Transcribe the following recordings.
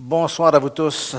Bonsoir à vous tous.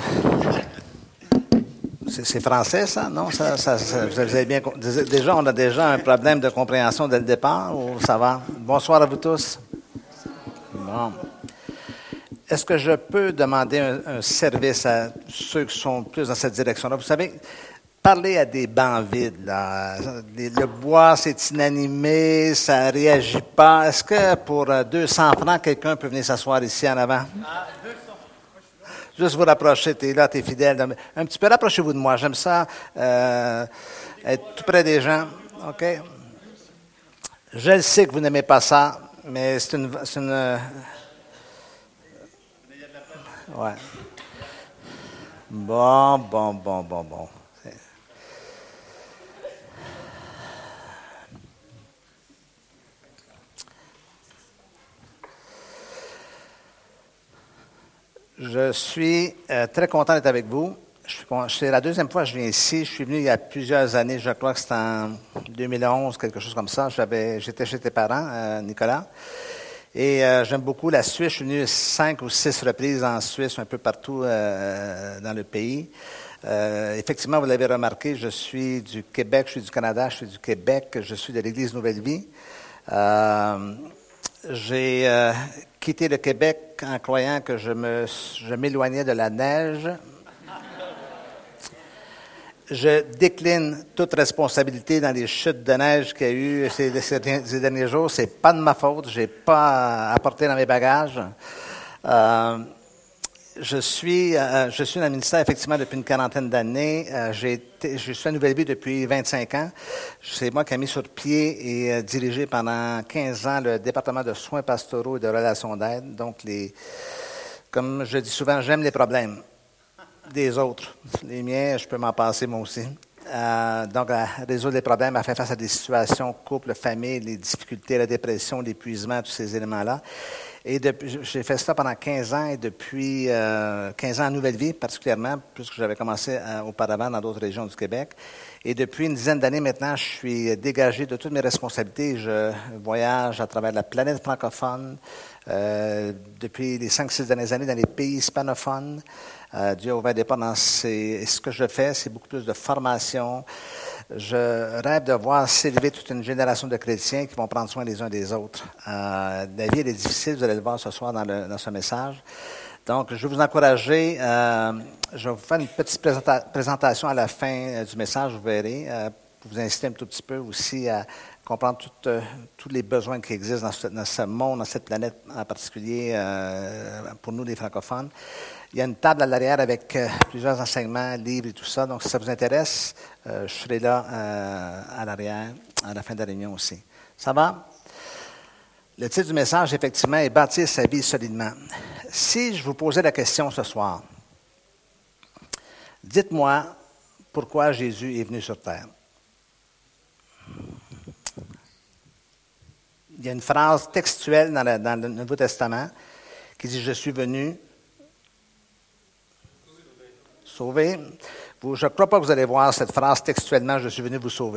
C'est français, ça? Non? Vous avez bien, déjà, on a déjà un problème de compréhension dès le départ, ou ça va? Bonsoir à vous tous. Bon. Est-ce que je peux demander un service à ceux qui sont plus dans cette direction-là? Vous savez, parler à des bancs vides, là. Le bois, c'est inanimé, ça ne réagit pas. Est-ce que pour 200 francs, quelqu'un peut venir s'asseoir ici en avant? Juste vous rapprocher, tu es là, tu es fidèle. Un petit peu, rapprochez-vous de moi. J'aime ça, être tout près des gens. OK? Je le sais que vous n'aimez pas ça, mais c'est une ouais. Bon. Je suis très content d'être avec vous. C'est la deuxième fois que je viens ici. Je suis venu il y a plusieurs années, je crois que c'était en 2011, quelque chose comme ça. J'étais chez tes parents, Nicolas. Et j'aime beaucoup la Suisse. Je suis venu 5 ou 6 reprises en Suisse, un peu partout dans le pays. Effectivement, vous l'avez remarqué, je suis du Québec, je suis du Canada, je suis du Québec, je suis de l'Église Nouvelle Vie. J'ai quitté le Québec en croyant que je m'éloignais de la neige. Je décline toute responsabilité dans les chutes de neige qu'il y a eu ces derniers jours. C'est pas de ma faute. J'ai pas apporté dans mes bagages. Je suis dans le ministère effectivement depuis une quarantaine d'années. Je suis à Nouvelle-Vie depuis 25 ans. C'est moi qui ai mis sur pied et dirigé pendant 15 ans le département de soins pastoraux et de relations d'aide. Donc, comme je dis souvent, j'aime les problèmes des autres. Les miens, je peux m'en passer moi aussi. Donc, résoudre les problèmes, à faire face à des situations, couple, famille, les difficultés, la dépression, l'épuisement, tous ces éléments-là. Et j'ai fait ça pendant 15 ans et depuis 15 ans en Nouvelle-Vie particulièrement, puisque j'avais commencé auparavant dans d'autres régions du Québec. Et depuis une dizaine d'années maintenant, je suis dégagé de toutes mes responsabilités. Je voyage à travers la planète francophone depuis les 5-6 dernières années dans les pays hispanophones. Dieu a ouvert des portes dans ce que je fais, c'est beaucoup plus de formation. Je rêve de voir s'élever toute une génération de chrétiens qui vont prendre soin les uns des autres. La vie, elle est difficile, vous allez le voir ce soir dans ce message. Donc, je vais vous encourager. Je vais vous faire une petite présentation à la fin du message, vous verrez, pour vous inciter un tout petit peu aussi à comprendre tous les besoins qui existent dans ce monde, dans cette planète en particulier, pour nous, les francophones. Il y a une table à l'arrière avec plusieurs enseignements, livres et tout ça. Donc, si ça vous intéresse, je serai là à l'arrière, à la fin de la réunion aussi. Ça va? Le titre du message, effectivement, est « Bâtir sa vie solidement ». Si je vous posais la question ce soir, dites-moi pourquoi Jésus est venu sur terre. Il y a une phrase textuelle dans le Nouveau Testament qui dit « Je suis venu sauver ». Je ne crois pas que vous allez voir cette phrase textuellement « Je suis venu vous sauver ».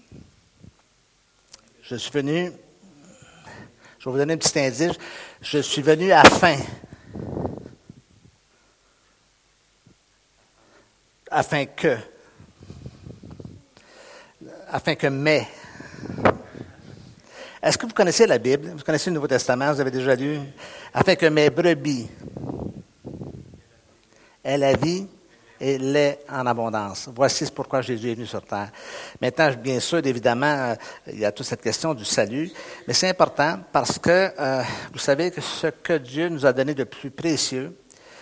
Je suis venu, je vais vous donner un petit indice, je suis venu afin mais. Est-ce que vous connaissez la Bible? Vous connaissez le Nouveau Testament? Vous avez déjà lu? Afin que mes brebis aient la vie et l'aient en abondance. Voici pourquoi Jésus est venu sur terre. Maintenant, bien sûr, évidemment, il y a toute cette question du salut, mais c'est important parce que vous savez que ce que Dieu nous a donné de plus précieux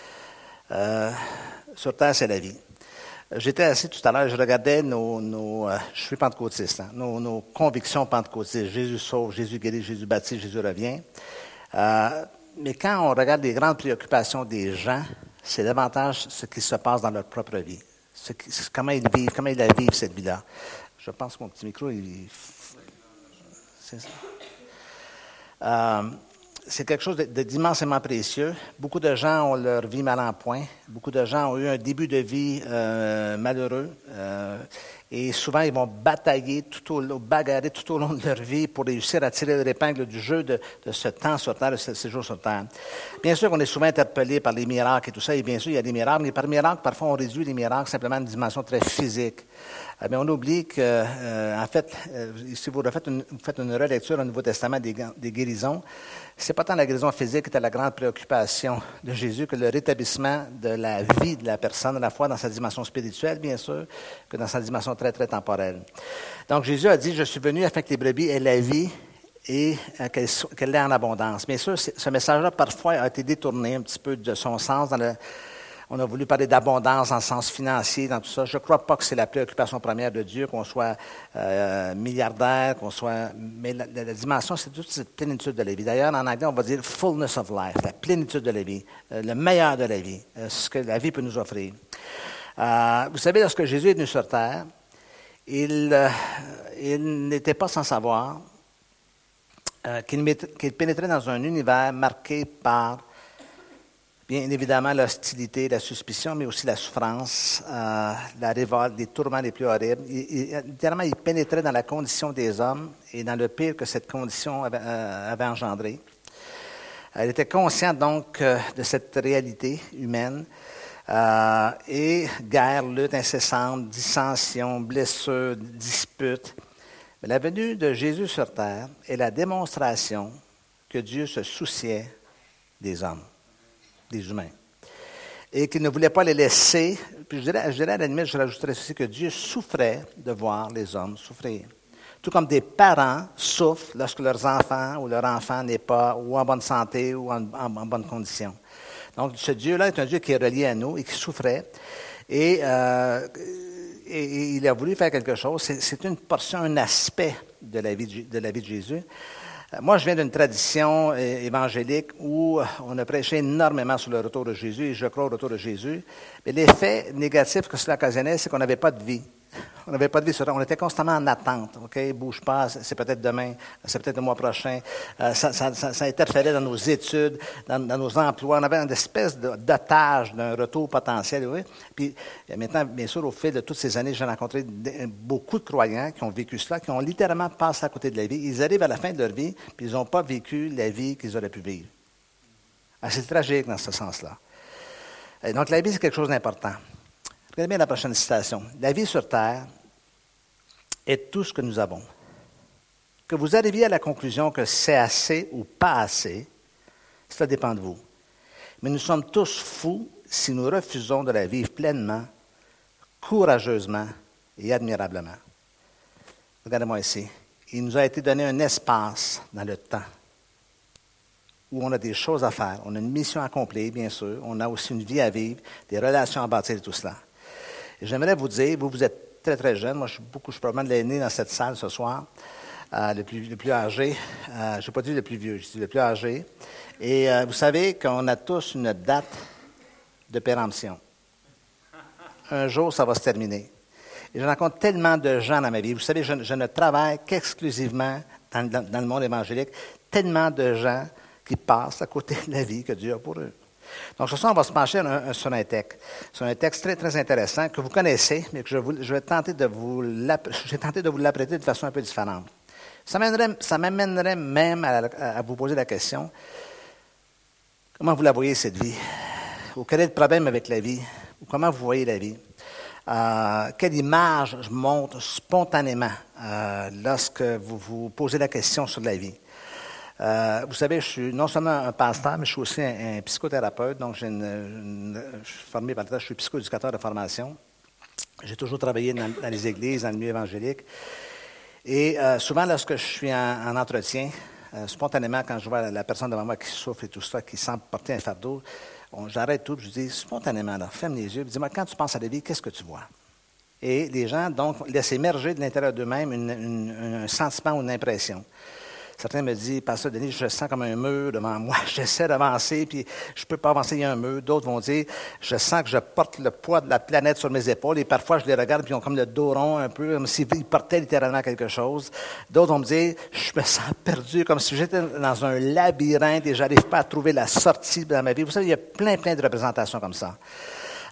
sur terre, c'est la vie. J'étais assis tout à l'heure, je regardais je suis pentecôtiste, nos convictions pentecôtistes. Jésus sauve, Jésus guérit, Jésus baptise, Jésus revient. Mais quand on regarde les grandes préoccupations des gens, c'est davantage ce qui se passe dans leur propre vie. Comment ils vivent, comment ils la vivent, cette vie-là. Je pense que mon petit micro, c'est ça. C'est quelque chose d'immensément précieux. Beaucoup de gens ont leur vie mal en point. Beaucoup de gens ont eu un début de vie malheureux. Et souvent, ils vont bagarrer tout au long de leur vie pour réussir à tirer leur épingle du jeu de ce temps sur Terre, de ce séjour sur Terre. Bien sûr, on est souvent interpellé par les miracles et tout ça, et bien sûr, il y a des miracles, mais par miracle, parfois, on réduit les miracles simplement à une dimension très physique. Mais on oublie que, en fait, si vous faites une relecture au Nouveau Testament des guérisons, c'est pas tant la guérison physique qui était la grande préoccupation de Jésus que le rétablissement de la vie de la personne, à la fois dans sa dimension spirituelle, bien sûr, que dans sa dimension très, très temporelle. Donc, Jésus a dit, « Je suis venu afin que les brebis aient la vie et qu'elle l'ait en abondance. » Bien sûr, ce message-là, parfois, a été détourné un petit peu de son sens on a voulu parler d'abondance en sens financier, dans tout ça. Je ne crois pas que c'est la préoccupation première de Dieu, qu'on soit milliardaire, mais la dimension, c'est toute cette plénitude de la vie. D'ailleurs, en anglais, on va dire « fullness of life », la plénitude de la vie, le meilleur de la vie, ce que la vie peut nous offrir. Vous savez, lorsque Jésus est venu sur terre, il n'était pas sans savoir qu'il pénétrait dans un univers marqué par bien évidemment, l'hostilité, la suspicion, mais aussi la souffrance, la révolte, les tourments les plus horribles. Littéralement, il pénétrait dans la condition des hommes et dans le pire que cette condition avait engendré. Il était conscient donc de cette réalité humaine et guerre, lutte incessante, dissension, blessures, disputes. Mais la venue de Jésus sur terre est la démonstration que Dieu se souciait des hommes, des humains, et qu'il ne voulait pas les laisser. Puis je dirais à la limite, je rajouterais ceci, que Dieu souffrait de voir les hommes souffrir. Tout comme des parents souffrent lorsque leurs enfants ou leur enfant n'est pas ou en bonne santé ou en bonne condition. Donc, ce Dieu-là est un Dieu qui est relié à nous et qui souffrait. Et il a voulu faire quelque chose. C'est une portion, un aspect de la vie de Jésus. Moi, je viens d'une tradition évangélique où on a prêché énormément sur le retour de Jésus, et je crois au retour de Jésus. Mais l'effet négatif que cela occasionnait, c'est qu'on n'avait pas de vie. On n'avait pas de vie sur terre. On était constamment en attente. OK? Bouge pas, c'est peut-être demain, c'est peut-être le mois prochain. Ça interférait dans nos études, dans nos emplois. On avait une espèce d'otage d'un retour potentiel. Oui? Puis maintenant, bien sûr, au fil de toutes ces années, j'ai rencontré beaucoup de croyants qui ont vécu cela, qui ont littéralement passé à côté de la vie. Ils arrivent à la fin de leur vie, puis ils n'ont pas vécu la vie qu'ils auraient pu vivre. C'est tragique dans ce sens-là. Et donc, la vie, c'est quelque chose d'important. Regardez bien la prochaine citation. La vie sur terre est tout ce que nous avons. Que vous arriviez à la conclusion que c'est assez ou pas assez, cela dépend de vous. Mais nous sommes tous fous si nous refusons de la vivre pleinement, courageusement et admirablement. Regardez-moi ici. Il nous a été donné un espace dans le temps où on a des choses à faire, on a une mission à accomplir, bien sûr, on a aussi une vie à vivre, des relations à bâtir et tout cela. Et j'aimerais vous dire, vous êtes très, très jeune. Moi, je suis probablement l'aîné dans cette salle ce soir, le plus âgé. Je n'ai pas dit le plus vieux, je dis le plus âgé. Et vous savez qu'on a tous une date de péremption. Un jour, ça va se terminer. Et je rencontre tellement de gens dans ma vie. Vous savez, je ne travaille qu'exclusivement dans le monde évangélique. Tellement de gens qui passent à côté de la vie que Dieu a pour eux. Donc, ce soir, on va se pencher sur un texte. C'est un texte très, très intéressant que vous connaissez, mais que je vais tenter de vous l'apprêter de façon un peu différente. Ça m'amènerait même à vous poser la question, comment vous la voyez, cette vie? Ou quel est le problème avec la vie? Ou comment vous voyez la vie? Quelle image monte spontanément lorsque vous vous posez la question sur la vie? Vous savez, je suis non seulement un pasteur, mais je suis aussi un psychothérapeute. Donc, je suis formé par je suis psychoéducateur de formation. J'ai toujours travaillé dans les églises, dans le milieu évangélique. Et souvent, lorsque je suis en entretien, spontanément, quand je vois la personne devant moi qui souffre et tout ça, qui semble porter un fardeau, j'arrête tout, je dis spontanément, là, ferme les yeux, dis-moi, quand tu penses à la vie, qu'est-ce que tu vois? Et les gens, donc, laissent émerger de l'intérieur d'eux-mêmes un sentiment ou une impression. Certains me disent, Pasteur Denis, je sens comme un mur devant moi. J'essaie d'avancer, puis je ne peux pas avancer, il y a un mur. D'autres vont dire, je sens que je porte le poids de la planète sur mes épaules. Et parfois, je les regarde, puis ils ont comme le dos rond un peu, comme s'ils portaient littéralement quelque chose. D'autres vont me dire, je me sens perdu, comme si j'étais dans un labyrinthe et je n'arrive pas à trouver la sortie dans ma vie. Vous savez, il y a plein de représentations comme ça.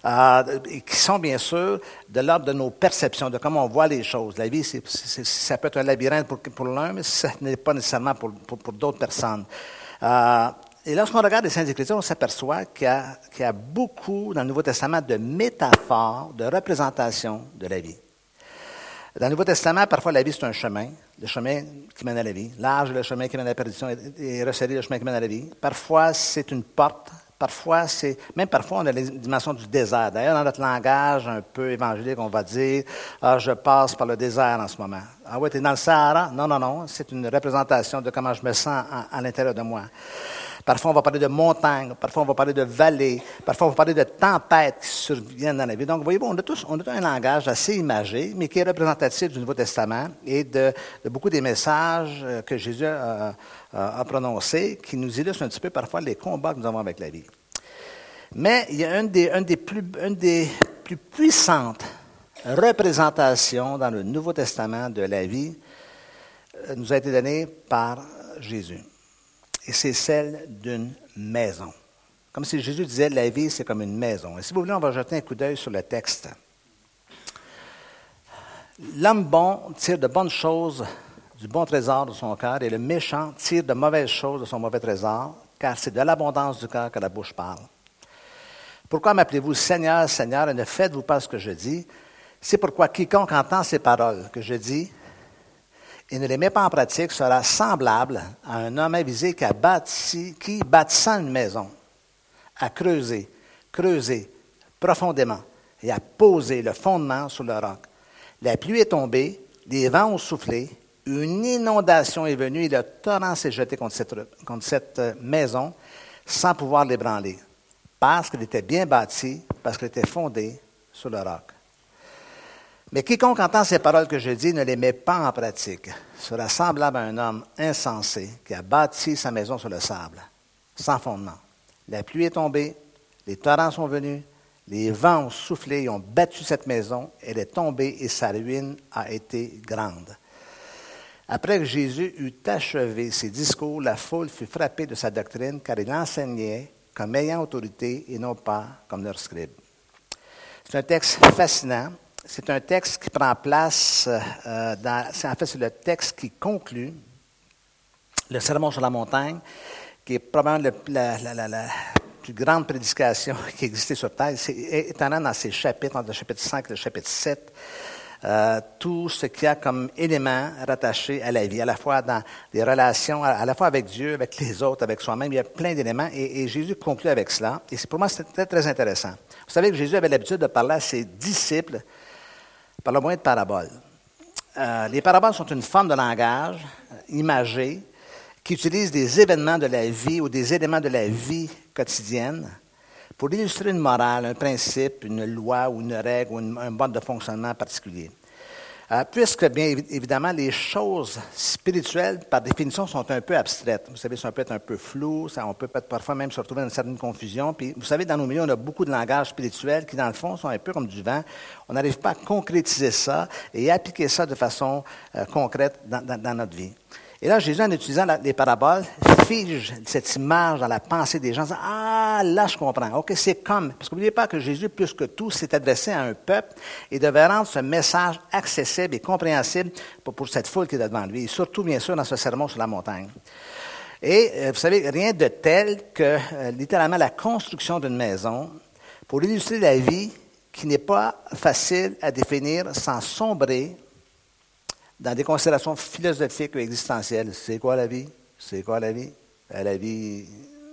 et qui sont bien sûr de l'ordre de nos perceptions, de comment on voit les choses. La vie, ça peut être un labyrinthe pour l'un, mais ça n'est pas nécessairement pour d'autres personnes. Et lorsqu'on regarde les Saintes Écritures, on s'aperçoit qu'il y a beaucoup dans le Nouveau Testament de métaphores, de représentations de la vie. Dans le Nouveau Testament, parfois, la vie, c'est un chemin, le chemin qui mène à la vie. Large, le chemin qui mène à la perdition, et resserré, le chemin qui mène à la vie. Parfois, c'est une porte. Parfois, on a les dimensions du désert. D'ailleurs, dans notre langage un peu évangélique, on va dire « Ah, je passe par le désert en ce moment. » Ah oui, tu es dans le Sahara? Non. C'est une représentation de comment je me sens à l'intérieur de moi. Parfois, on va parler de montagnes, parfois, on va parler de vallées, parfois, on va parler de tempêtes qui surviennent dans la vie. Donc, voyez-vous, on a tous un langage assez imagé, mais qui est représentatif du Nouveau Testament et de beaucoup des messages que Jésus a prononcés, qui nous illustrent un petit peu parfois les combats que nous avons avec la vie. Mais il y a une des plus puissantes représentations dans le Nouveau Testament de la vie nous a été donnée par Jésus. Et c'est celle d'une maison. Comme si Jésus disait, la vie, c'est comme une maison. Et si vous voulez, on va jeter un coup d'œil sur le texte. L'homme bon tire de bonnes choses du bon trésor de son cœur, et le méchant tire de mauvaises choses de son mauvais trésor, car c'est de l'abondance du cœur que la bouche parle. Pourquoi m'appelez-vous Seigneur, Seigneur, et ne faites-vous pas ce que je dis? C'est pourquoi quiconque entend ces paroles que je dis, et ne les met pas en pratique, sera semblable à un homme avisé qui, bâtissant une maison, a creusé profondément et a posé le fondement sur le roc. La pluie est tombée, les vents ont soufflé, une inondation est venue et le torrent s'est jeté contre cette maison sans pouvoir l'ébranler, parce qu'elle était bien bâtie, parce qu'elle était fondée sur le roc. Mais quiconque entend ces paroles que je dis ne les met pas en pratique sera semblable à un homme insensé qui a bâti sa maison sur le sable, sans fondement. La pluie est tombée, les torrents sont venus, les vents ont soufflé et ont battu cette maison, elle est tombée et sa ruine a été grande. Après que Jésus eut achevé ses discours, la foule fut frappée de sa doctrine, car il enseignait comme ayant autorité et non pas comme leur scribe. C'est un texte fascinant. C'est un texte qui prend place, c'est le texte qui conclut le Sermon sur la montagne, qui est probablement la plus grande prédication qui existait sur Terre. C'est étonnant dans ces chapitres, entre le chapitre 5 et le chapitre 7, tout ce qu'il y a comme élément rattaché à la vie, à la fois dans les relations, à la fois avec Dieu, avec les autres, avec soi-même. Il y a plein d'éléments et Jésus conclut avec cela. Et pour moi, c'était très, très intéressant. Vous savez que Jésus avait l'habitude de parler à ses disciples par le moyen de paraboles. Les paraboles sont une forme de langage imagé qui utilise des événements de la vie ou des éléments de la vie quotidienne pour illustrer une morale, un principe, une loi ou une règle ou un mode de fonctionnement particulier. Puisque, bien évidemment, les choses spirituelles, par définition, sont un peu abstraites. Vous savez, ça peut être un peu flou, on peut parfois même se retrouver dans une certaine confusion. Puis, vous savez, dans nos milieux, on a beaucoup de langages spirituels qui, dans le fond, sont un peu comme du vent. On n'arrive pas à concrétiser ça et appliquer ça de façon concrète dans notre vie. Et là, Jésus, en utilisant les paraboles, fige cette image dans la pensée des gens, en disant, ah, là, je comprends. OK, c'est comme. Parce qu'oubliez pas que Jésus, plus que tout, s'est adressé à un peuple et devait rendre ce message accessible et compréhensible pour cette foule qui est devant lui. Et surtout, bien sûr, dans ce sermon sur la montagne. Et, vous savez, rien de tel que, littéralement, la construction d'une maison pour illustrer la vie qui n'est pas facile à définir sans sombrer dans des considérations philosophiques ou existentielles. C'est quoi la vie? C'est quoi la vie? La vie...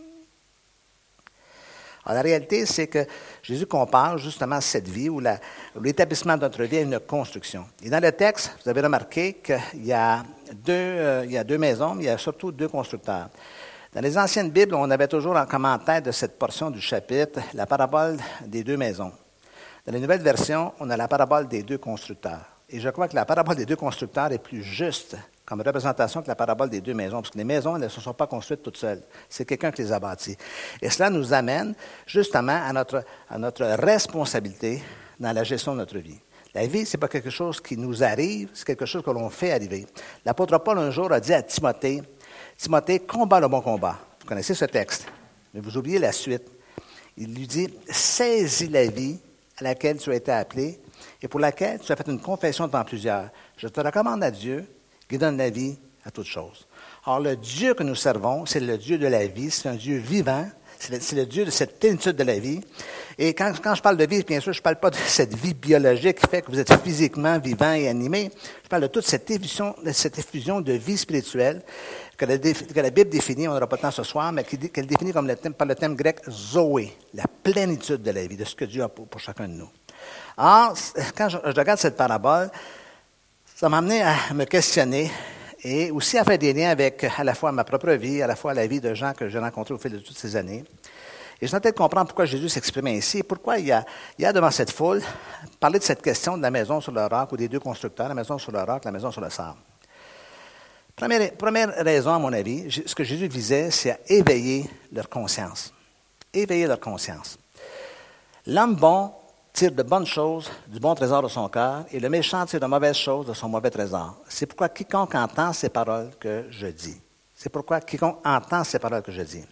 Alors, la réalité, c'est que Jésus compare justement cette vie ou l'établissement de notre vie à une construction. Et dans le texte, vous avez remarqué qu'il y a deux maisons, mais il y a surtout deux constructeurs. Dans les anciennes Bibles, on avait toujours en commentaire de cette portion du chapitre la parabole des deux maisons. Dans les nouvelles versions, on a la parabole des deux constructeurs. Et je crois que la parabole des deux constructeurs est plus juste comme représentation que la parabole des deux maisons, parce que les maisons elles ne se sont pas construites toutes seules. C'est quelqu'un qui les a bâties. Et cela nous amène justement à notre responsabilité dans la gestion de notre vie. La vie, ce n'est pas quelque chose qui nous arrive, c'est quelque chose que l'on fait arriver. L'apôtre Paul, un jour, a dit à Timothée, combat le bon combat. Vous connaissez ce texte, mais vous oubliez la suite. Il lui dit, saisis la vie à laquelle tu as été appelé et pour laquelle tu as fait une confession devant plusieurs. Je te recommande à Dieu qui donne la vie à toutes choses. Or, le Dieu que nous servons, c'est le Dieu de la vie, c'est un Dieu vivant, c'est le Dieu de cette plénitude de la vie. Et quand je parle de vie, bien sûr, je ne parle pas de cette vie biologique qui fait que vous êtes physiquement vivant et animé. Je parle de toute cette effusion de vie spirituelle que la Bible définit, on n'aura pas de temps ce soir, mais qu'elle définit par le thème grec Zoé, la plénitude de la vie, de ce que Dieu a pour chacun de nous. Or, quand je regarde cette parabole, ça m'a amené à me questionner et aussi à faire des liens avec à la fois ma propre vie, à la fois la vie de gens que j'ai rencontrés au fil de toutes ces années. Et je tentais de comprendre pourquoi Jésus s'exprimait ainsi et pourquoi il y a devant cette foule parler de cette question de la maison sur le roc ou des deux constructeurs, la maison sur le roc, la maison sur le sable. Première raison, à mon avis, ce que Jésus visait, c'est à éveiller leur conscience. Éveiller leur conscience. L'homme bon tire de bonnes choses du bon trésor de son cœur et le méchant tire de mauvaises choses de son mauvais trésor. C'est pourquoi quiconque entend ces paroles que je dis. C'est pourquoi quiconque entend ces paroles que je dis.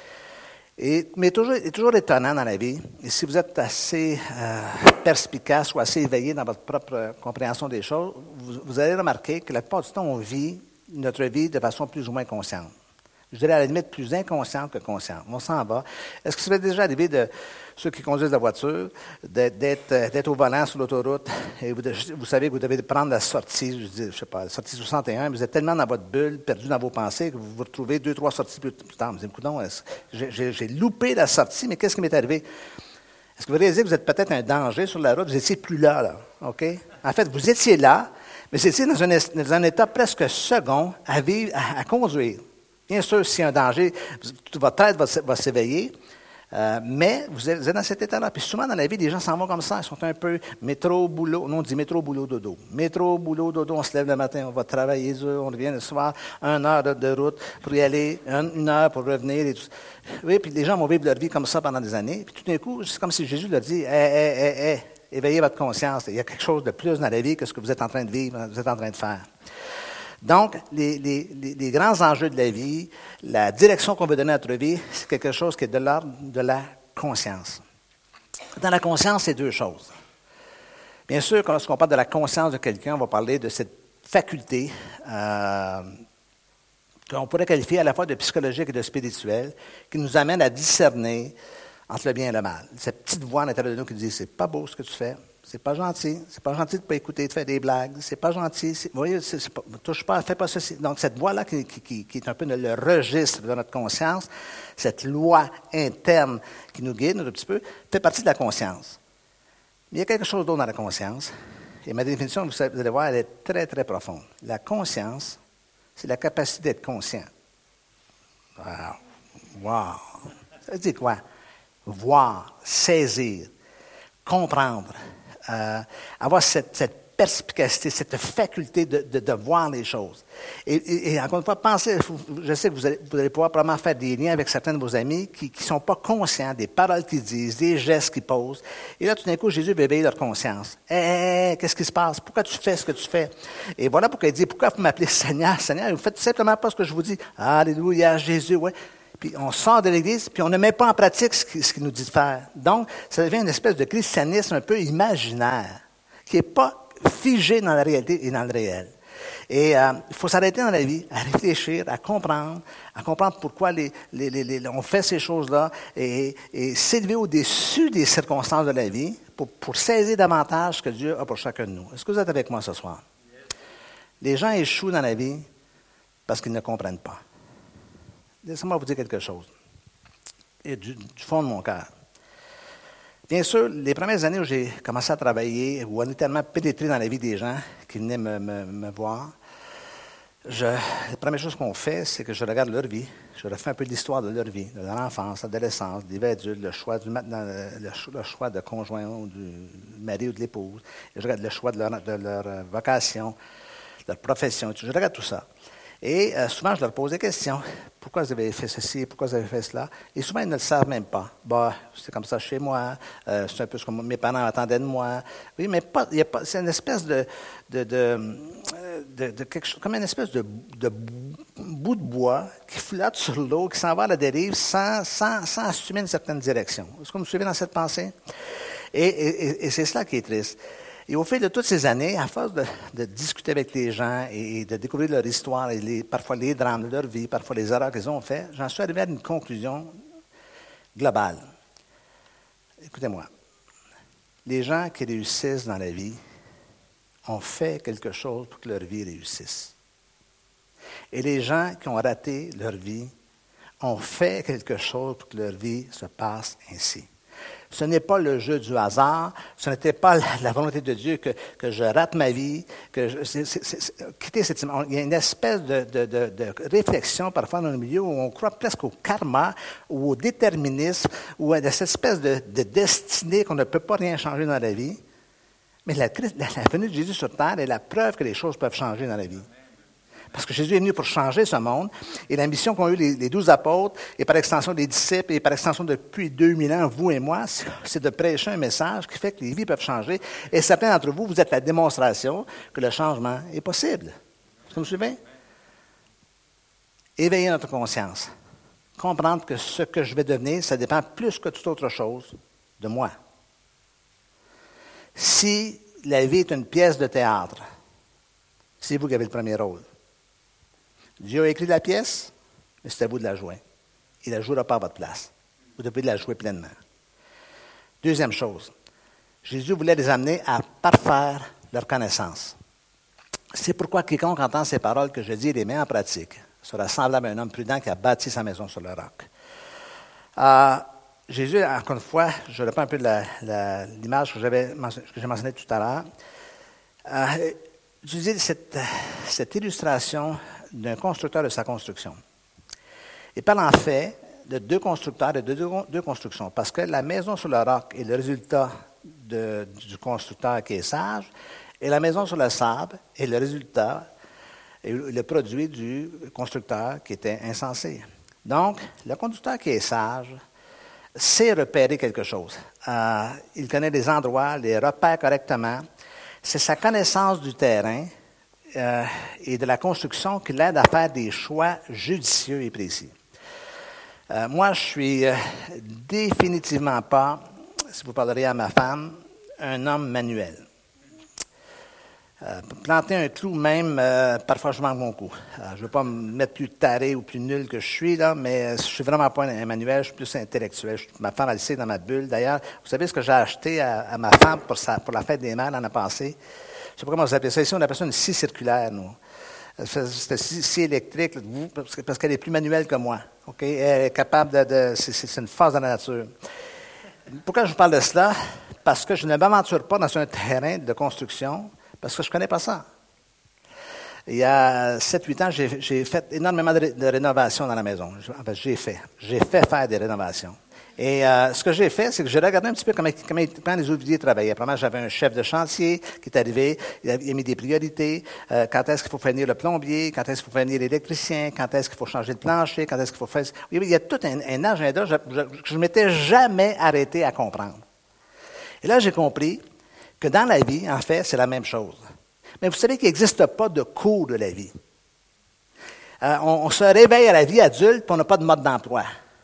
Mais il est toujours étonnant dans la vie, et si vous êtes assez perspicace ou assez éveillé dans votre propre compréhension des choses, vous allez remarquer que la plupart du temps, on vit notre vie de façon plus ou moins consciente. Je dirais à la limite plus inconsciente que consciente. On s'en va. Est-ce que ça fait déjà arrivé de ceux qui conduisent la voiture, d'être au volant sur l'autoroute et vous savez que vous devez prendre la sortie, je sais pas, la sortie 61, vous êtes tellement dans votre bulle, perdu dans vos pensées, que vous vous retrouvez 2-3 sorties plus tard. Vous dites, coudonc, j'ai loupé la sortie, mais qu'est-ce qui m'est arrivé? Est-ce que vous réalisez que vous êtes peut-être un danger sur la route? Vous n'étiez plus là, OK? En fait, vous étiez là, mais vous étiez dans un état presque second à vivre, à conduire. Bien sûr, s'il y a un danger, votre tête va s'éveiller, mais vous êtes dans cet état-là. Puis souvent, dans la vie, les gens s'en vont comme ça. Ils sont un peu métro, boulot. Nous, on dit métro, boulot, dodo. Métro, boulot, dodo. On se lève le matin, on va travailler dur, on revient le soir, 1 heure de route pour y aller, 1 heure pour revenir. Et tout. Oui, puis les gens vont vivre leur vie comme ça pendant des années. Puis tout d'un coup, c'est comme si Jésus leur dit, éveillez votre conscience. Il y a quelque chose de plus dans la vie que ce que vous êtes en train de vivre, vous êtes en train de faire. Donc, les grands enjeux de la vie, la direction qu'on veut donner à notre vie, c'est quelque chose qui est de l'ordre de la conscience. Dans la conscience, c'est 2 choses. Bien sûr, lorsqu'on parle de la conscience de quelqu'un, on va parler de cette faculté qu'on pourrait qualifier à la fois de psychologique et de spirituelle, qui nous amène à discerner entre le bien et le mal. Cette petite voix à l'intérieur de nous qui dit « c'est pas beau ce que tu fais ». C'est pas gentil de ne pas écouter, de faire des blagues. C'est pas gentil. Vous voyez, touche pas, fais pas ceci. Donc, cette voix-là qui est un peu le registre de notre conscience, cette loi interne qui nous guide un petit peu, fait partie de la conscience. Mais il y a quelque chose d'autre dans la conscience. Et ma définition, vous allez voir, elle est très, très profonde. La conscience, c'est la capacité d'être conscient. Wow! Ça veut dire quoi? Voir, saisir, comprendre. Avoir cette perspicacité, cette faculté de voir les choses. Et encore une fois, pensez, je sais que vous allez pouvoir probablement faire des liens avec certains de vos amis qui ne sont pas conscients des paroles qu'ils disent, des gestes qu'ils posent. Et là, tout d'un coup, Jésus veut éveiller leur conscience. Qu'est-ce qui se passe? Pourquoi tu fais ce que tu fais? Et voilà pourquoi il dit, pourquoi vous m'appelez Seigneur, Seigneur? Vous faites simplement pas ce que je vous dis. Alléluia, Jésus, ouais. Puis on sort de l'Église, puis on ne met pas en pratique ce qu'il nous dit de faire. Donc, ça devient une espèce de christianisme un peu imaginaire, qui n'est pas figé dans la réalité et dans le réel. Et il faut s'arrêter dans la vie, à réfléchir, à comprendre pourquoi on fait ces choses-là et s'élever au-dessus des circonstances de la vie pour saisir davantage ce que Dieu a pour chacun de nous. Est-ce que vous êtes avec moi ce soir? Les gens échouent dans la vie parce qu'ils ne comprennent pas. Laissez-moi vous dire quelque chose, et du fond de mon cœur. Bien sûr, les premières années où j'ai commencé à travailler, où on est tellement pénétré dans la vie des gens qui venaient me voir, la première chose qu'on fait, c'est que je regarde leur vie, je refais un peu l'histoire de leur vie, de leur enfance, l'adolescence, des adultes, le choix de conjoint ou du mari ou de l'épouse, je regarde le choix de leur vocation, de leur profession, je regarde tout ça. Et souvent, je leur pose des questions. Pourquoi vous avez fait ceci? Pourquoi vous avez fait cela? Et souvent, ils ne le savent même pas. Bah, c'est comme ça chez moi. C'est un peu ce que mes parents attendaient de moi. Oui, mais il y a pas, c'est une espèce de quelque chose, comme une espèce de bout de bois qui flotte sur l'eau, qui s'en va à la dérive sans assumer une certaine direction. Est-ce que vous me suivez dans cette pensée? Et c'est cela qui est triste. Et au fil de toutes ces années, à force de discuter avec les gens et de découvrir leur histoire et parfois les drames de leur vie, parfois les erreurs qu'ils ont faites, j'en suis arrivé à une conclusion globale. Écoutez-moi, les gens qui réussissent dans la vie ont fait quelque chose pour que leur vie réussisse. Et les gens qui ont raté leur vie ont fait quelque chose pour que leur vie se passe ainsi. Ce n'est pas le jeu du hasard, ce n'était pas la volonté de Dieu que je rate ma vie, quitter cette dimension. Il y a une espèce de réflexion parfois dans le milieu où on croit presque au karma ou au déterminisme ou à cette espèce de destinée qu'on ne peut pas rien changer dans la vie. Mais la venue de Jésus sur terre est la preuve que les choses peuvent changer dans la vie. Parce que Jésus est venu pour changer ce monde. Et la mission qu'ont eu les 12 apôtres, et par extension les disciples, et par extension depuis 2000 ans, vous et moi, c'est de prêcher un message qui fait que les vies peuvent changer. Et certains d'entre vous, vous êtes la démonstration que le changement est possible. Est-ce que vous me suivez? Éveiller notre conscience. Comprendre que ce que je vais devenir, ça dépend plus que toute autre chose de moi. Si la vie est une pièce de théâtre, c'est vous qui avez le premier rôle. Dieu a écrit la pièce, mais c'est à vous de la jouer. Il ne la jouera pas à votre place. Vous devez la jouer pleinement. Deuxième chose, Jésus voulait les amener à parfaire leur connaissance. C'est pourquoi quiconque entend ces paroles que je dis et les met en pratique sera semblable à un homme prudent qui a bâti sa maison sur le roc. Jésus, encore une fois, je reprends un peu l'image que j'ai mentionnée tout à l'heure. J'utilise cette illustration d'un constructeur de sa construction. Il parle en fait de deux constructeurs et de deux constructions, parce que la maison sur le roc est le résultat du constructeur qui est sage, et la maison sur le sable est le résultat, et le produit du constructeur qui était insensé. Donc, le constructeur qui est sage sait repérer quelque chose. Il connaît les endroits, les repère correctement. C'est sa connaissance du terrain et de la construction qui l'aide à faire des choix judicieux et précis. Moi, je suis définitivement pas, si vous parleriez à ma femme, un homme manuel. Planter un clou même, parfois je manque mon coup. Je ne veux pas me mettre plus taré ou plus nul que je suis, là, mais je suis vraiment pas un manuel, je suis plus intellectuel. Ma femme, elle sait dans ma bulle. D'ailleurs, vous savez ce que j'ai acheté à ma femme pour la fête des mères l'année passée? Je ne sais pas comment vous appelez ça. Ici, on appelle ça une scie circulaire, nous. C'est une scie électrique, parce qu'elle est plus manuelle que moi. Okay? Elle est capable c'est une force de la nature. Pourquoi je vous parle de cela? Parce que je ne m'aventure pas dans un terrain de construction, parce que je ne connais pas ça. Il y a 7-8 ans, j'ai fait énormément de rénovations dans la maison. En fait, j'ai fait faire des rénovations. Et ce que j'ai fait, c'est que j'ai regardé un petit peu comment les ouvriers travaillaient. Premièrement, j'avais un chef de chantier qui est arrivé, il a mis des priorités. Quand est-ce qu'il faut faire venir le plombier, quand est-ce qu'il faut faire venir l'électricien, quand est-ce qu'il faut changer de plancher, quand est-ce qu'il faut faire... Il y a tout un agenda que je ne m'étais jamais arrêté à comprendre. Et là, j'ai compris que dans la vie, en fait, c'est la même chose. Mais vous savez qu'il n'existe pas de cours de la vie. On se réveille à la vie adulte, puis on n'a pas de mode d'emploi.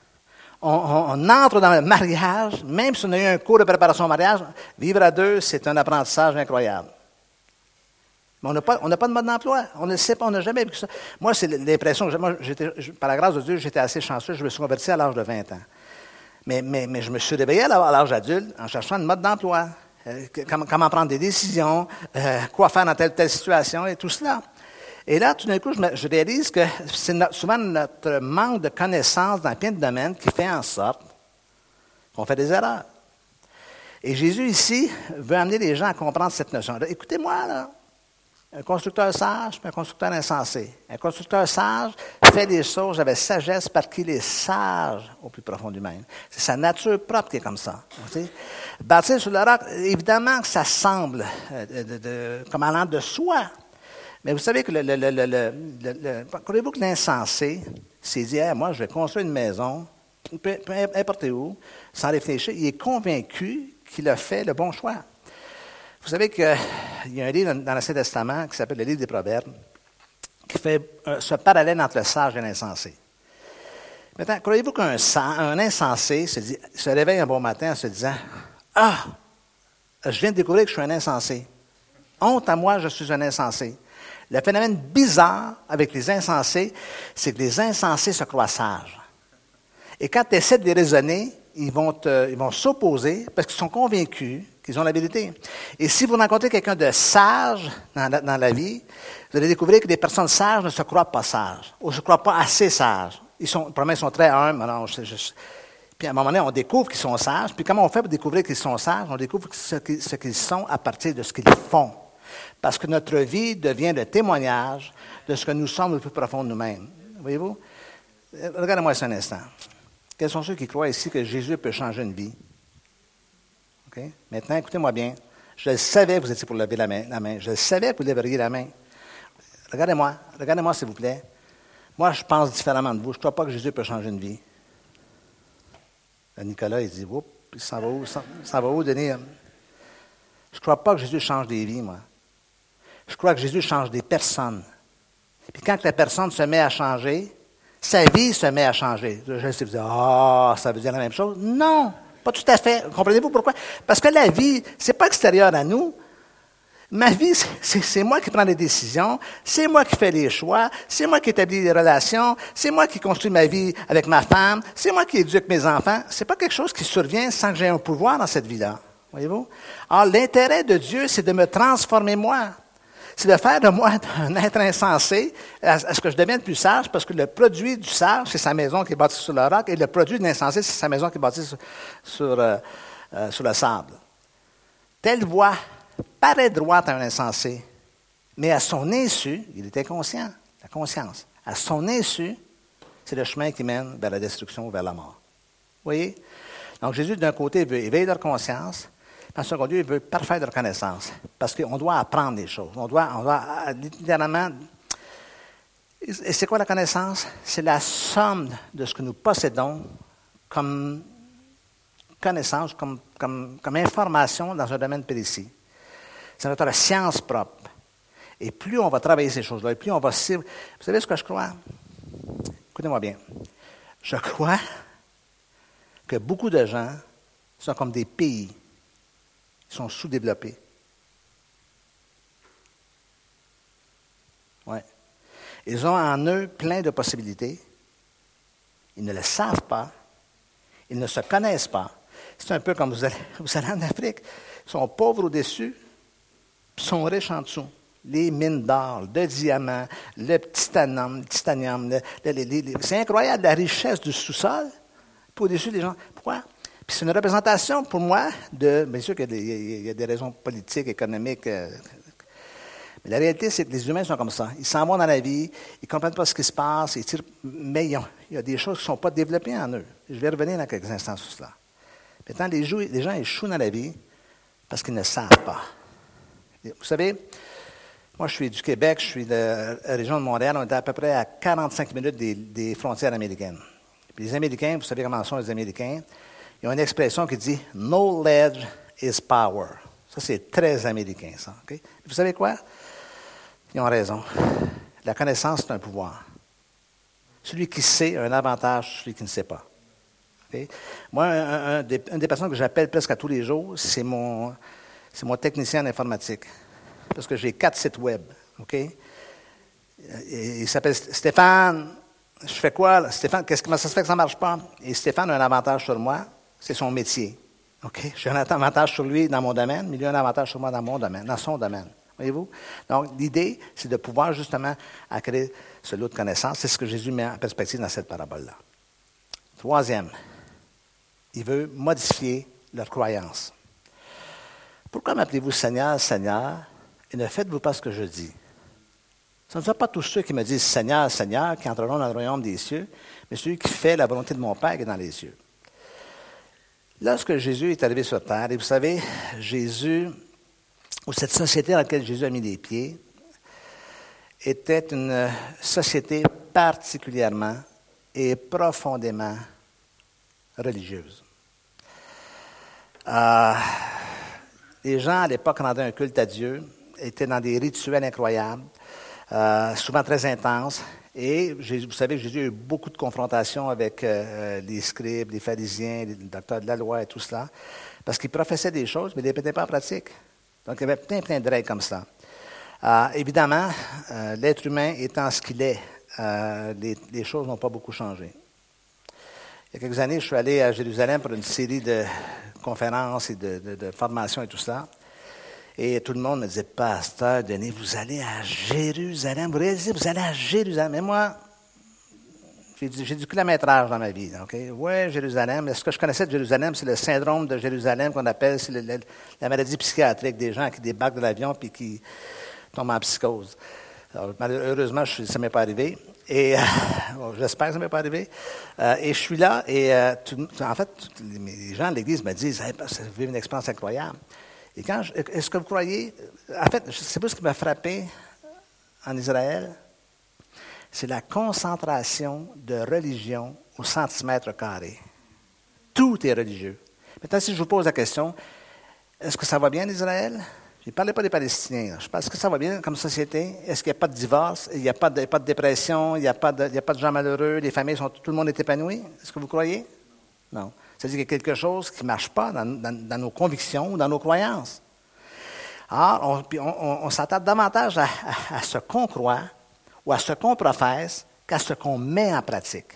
On entre dans le mariage, même si on a eu un cours de préparation au mariage, vivre à deux, c'est un apprentissage incroyable. Mais on n'a pas de mode d'emploi. On ne sait pas, on n'a jamais vécu ça. Moi, c'est l'impression que par la grâce de Dieu, j'étais assez chanceux, je me suis converti à l'âge de 20 ans. Mais je me suis réveillé à l'âge adulte en cherchant une mode d'emploi. Comment prendre des décisions, quoi faire dans telle situation et tout cela. Et là, tout d'un coup, je réalise que c'est souvent notre manque de connaissances dans plein de domaines qui fait en sorte qu'on fait des erreurs. Et Jésus, ici, veut amener les gens à comprendre cette notion-là. Écoutez-moi, là, un constructeur sage puis un constructeur insensé. Un constructeur sage fait des choses avec sagesse parce qu'il est sage au plus profond lui-même. C'est sa nature propre qui est comme ça. Bâtir sur le roc, évidemment que ça semble comme allant de soi. Mais vous savez que croyez-vous que l'insensé s'est dit, hey, moi, je vais construire une maison, peu importe où, sans réfléchir. Il est convaincu qu'il a fait le bon choix. Vous savez qu'il y a un livre dans l'Ancien Testament qui s'appelle le livre des Proverbes, qui fait ce parallèle entre le sage et l'insensé. Maintenant, croyez-vous qu'un insensé se réveille un bon matin en se disant, « Ah, je viens de découvrir que je suis un insensé. Honte à moi, je suis un insensé. » Le phénomène bizarre avec les insensés, c'est que les insensés se croient sages. Et quand tu essaies de les raisonner, ils vont s'opposer parce qu'ils sont convaincus qu'ils ont la vérité. Et si vous rencontrez quelqu'un de sage dans la vie, vous allez découvrir que les personnes sages ne se croient pas sages ou ne se croient pas assez sages. Probablement, ils sont très humbles. Alors, puis à un moment donné, on découvre qu'ils sont sages. Puis comment on fait pour découvrir qu'ils sont sages? On découvre ce qu'ils sont à partir de ce qu'ils font. Parce que notre vie devient le témoignage de ce que nous sommes le plus profond de nous-mêmes. Voyez-vous? Regardez-moi ça un instant. Quels sont ceux qui croient ici que Jésus peut changer une vie? Okay? Maintenant, écoutez-moi bien. Je le savais que vous étiez pour lever la main. Je le savais que vous lèveriez la main. Regardez-moi s'il vous plaît. Moi, je pense différemment de vous. Je ne crois pas que Jésus peut changer une vie. Là, Nicolas, il dit, oups, il s'en va où, Denis? Je ne crois pas que Jésus change des vies, moi. Je crois que Jésus change des personnes. Puis quand la personne se met à changer, sa vie se met à changer. Je sais, vous dites, ça veut dire la même chose. Non, pas tout à fait. Comprenez-vous pourquoi? Parce que la vie, c'est pas extérieur à nous. Ma vie, c'est moi qui prends les décisions, c'est moi qui fais les choix, c'est moi qui établis les relations, c'est moi qui construis ma vie avec ma femme, c'est moi qui éduque mes enfants. C'est pas quelque chose qui survient sans que j'aie un pouvoir dans cette vie-là. Voyez-vous? Alors, l'intérêt de Dieu, c'est de me transformer moi. C'est de faire de moi un être insensé à ce que je devienne plus sage, parce que le produit du sage, c'est sa maison qui est bâtie sur le roc, et le produit de l'insensé, c'est sa maison qui est bâtie sur le sable. Telle voie paraît droite à un insensé, mais à son insu, il était conscient, la conscience, à son insu, c'est le chemin qui mène vers la destruction ou vers la mort. Vous voyez? Donc Jésus, d'un côté, il veut éveiller leur conscience. En second lieu, il veut parfaire leur connaissance. Parce qu'on doit apprendre des choses. On doit littéralement. Et c'est quoi la connaissance? C'est la somme de ce que nous possédons comme connaissance, comme information dans un domaine précis. C'est notre science propre. Et plus on va travailler ces choses-là, et plus on va. Vous savez ce que je crois? Écoutez-moi bien. Je crois que beaucoup de gens sont comme des pays. Ils sont sous-développés. Oui. Ils ont en eux plein de possibilités. Ils ne le savent pas. Ils ne se connaissent pas. C'est un peu comme vous allez en Afrique. Ils sont pauvres au-dessus, puis sont riches en dessous. Les mines d'or, de diamants, le titanium. C'est incroyable la richesse du sous-sol. Puis au-dessus des gens. Pourquoi? Puis c'est une représentation pour moi de. Bien sûr qu'il y a des raisons politiques, économiques. Mais la réalité, c'est que les humains sont comme ça. Ils s'en vont dans la vie, ils ne comprennent pas ce qui se passe, mais il y a des choses qui ne sont pas développées en eux. Je vais revenir dans quelques instants sur cela. Maintenant, les gens échouent dans la vie parce qu'ils ne savent pas. Vous savez, moi, je suis du Québec, je suis de la région de Montréal, on est à peu près à 45 minutes des frontières américaines. Puis les Américains, vous savez comment sont les Américains, ils ont une expression qui dit « knowledge is power ». Ça, c'est très américain, ça. Okay? Vous savez quoi? Ils ont raison. La connaissance, c'est un pouvoir. Celui qui sait a un avantage sur celui qui ne sait pas. Okay? Moi, une des personnes que j'appelle presque à tous les jours, c'est mon technicien en informatique. Parce que j'ai 4 sites web. Okay? Il s'appelle Stéphane. Je fais quoi? Là? Stéphane, comment ça se fait que ça ne marche pas? Et Stéphane a un avantage sur moi. C'est son métier. Okay? J'ai un avantage sur lui dans mon domaine, mais lui a un avantage sur moi dans mon domaine, dans son domaine. Voyez-vous? Donc, l'idée, c'est de pouvoir justement acquérir ce lot de connaissances. C'est ce que Jésus met en perspective dans cette parabole-là. Troisième, il veut modifier leur croyance. Pourquoi m'appelez-vous Seigneur, Seigneur, et ne faites-vous pas ce que je dis? Ce ne sont pas tous ceux qui me disent Seigneur, Seigneur, qui entreront dans le royaume des cieux, mais celui qui fait la volonté de mon Père qui est dans les cieux. Lorsque Jésus est arrivé sur terre, et vous savez, Jésus, ou cette société dans laquelle Jésus a mis les pieds, était une société particulièrement et profondément religieuse. Les gens, à l'époque, rendaient un culte à Dieu, étaient dans des rituels incroyables, souvent très intenses. Et vous savez que Jésus a eu beaucoup de confrontations avec les scribes, les pharisiens, les docteurs de la loi et tout cela, parce qu'ils professaient des choses, mais ils ne les mettaient pas en pratique. Donc, il y avait plein de règles comme ça. Évidemment, l'être humain étant ce qu'il est, les choses n'ont pas beaucoup changé. Il y a quelques années, je suis allé à Jérusalem pour une série de conférences et de formations et tout ça. Et tout le monde me disait, Pasteur Denis, vous allez à Jérusalem. Vous réalisez, vous allez à Jérusalem. Mais moi, j'ai du kilométrage dans ma vie. Okay? Oui, Jérusalem. Mais ce que je connaissais de Jérusalem, c'est le syndrome de Jérusalem qu'on appelle, c'est la maladie psychiatrique des gens qui débarquent de l'avion et qui tombent en psychose. Alors, heureusement, ça ne m'est pas arrivé. Et j'espère que ça ne m'est pas arrivé. Et je suis là et en fait, les gens de l'Église me disent, hey, ça fait une expérience incroyable. Et est-ce que vous croyez, en fait, je ne sais pas ce qui m'a frappé en Israël, c'est la concentration de religion au centimètre carré. Tout est religieux. Maintenant, si je vous pose la question, est-ce que ça va bien en Israël? Je ne parlais pas des Palestiniens. Je pense que ça va bien comme société. Est-ce qu'il n'y a pas de divorce? Il n'y a pas de dépression? Il n'y a pas de gens malheureux? Les familles, tout le monde est épanoui? Est-ce que vous croyez? Non. C'est-à-dire qu'il y a quelque chose qui ne marche pas dans nos convictions ou dans nos croyances. Alors, on s'attarde davantage à ce qu'on croit ou à ce qu'on professe qu'à ce qu'on met en pratique.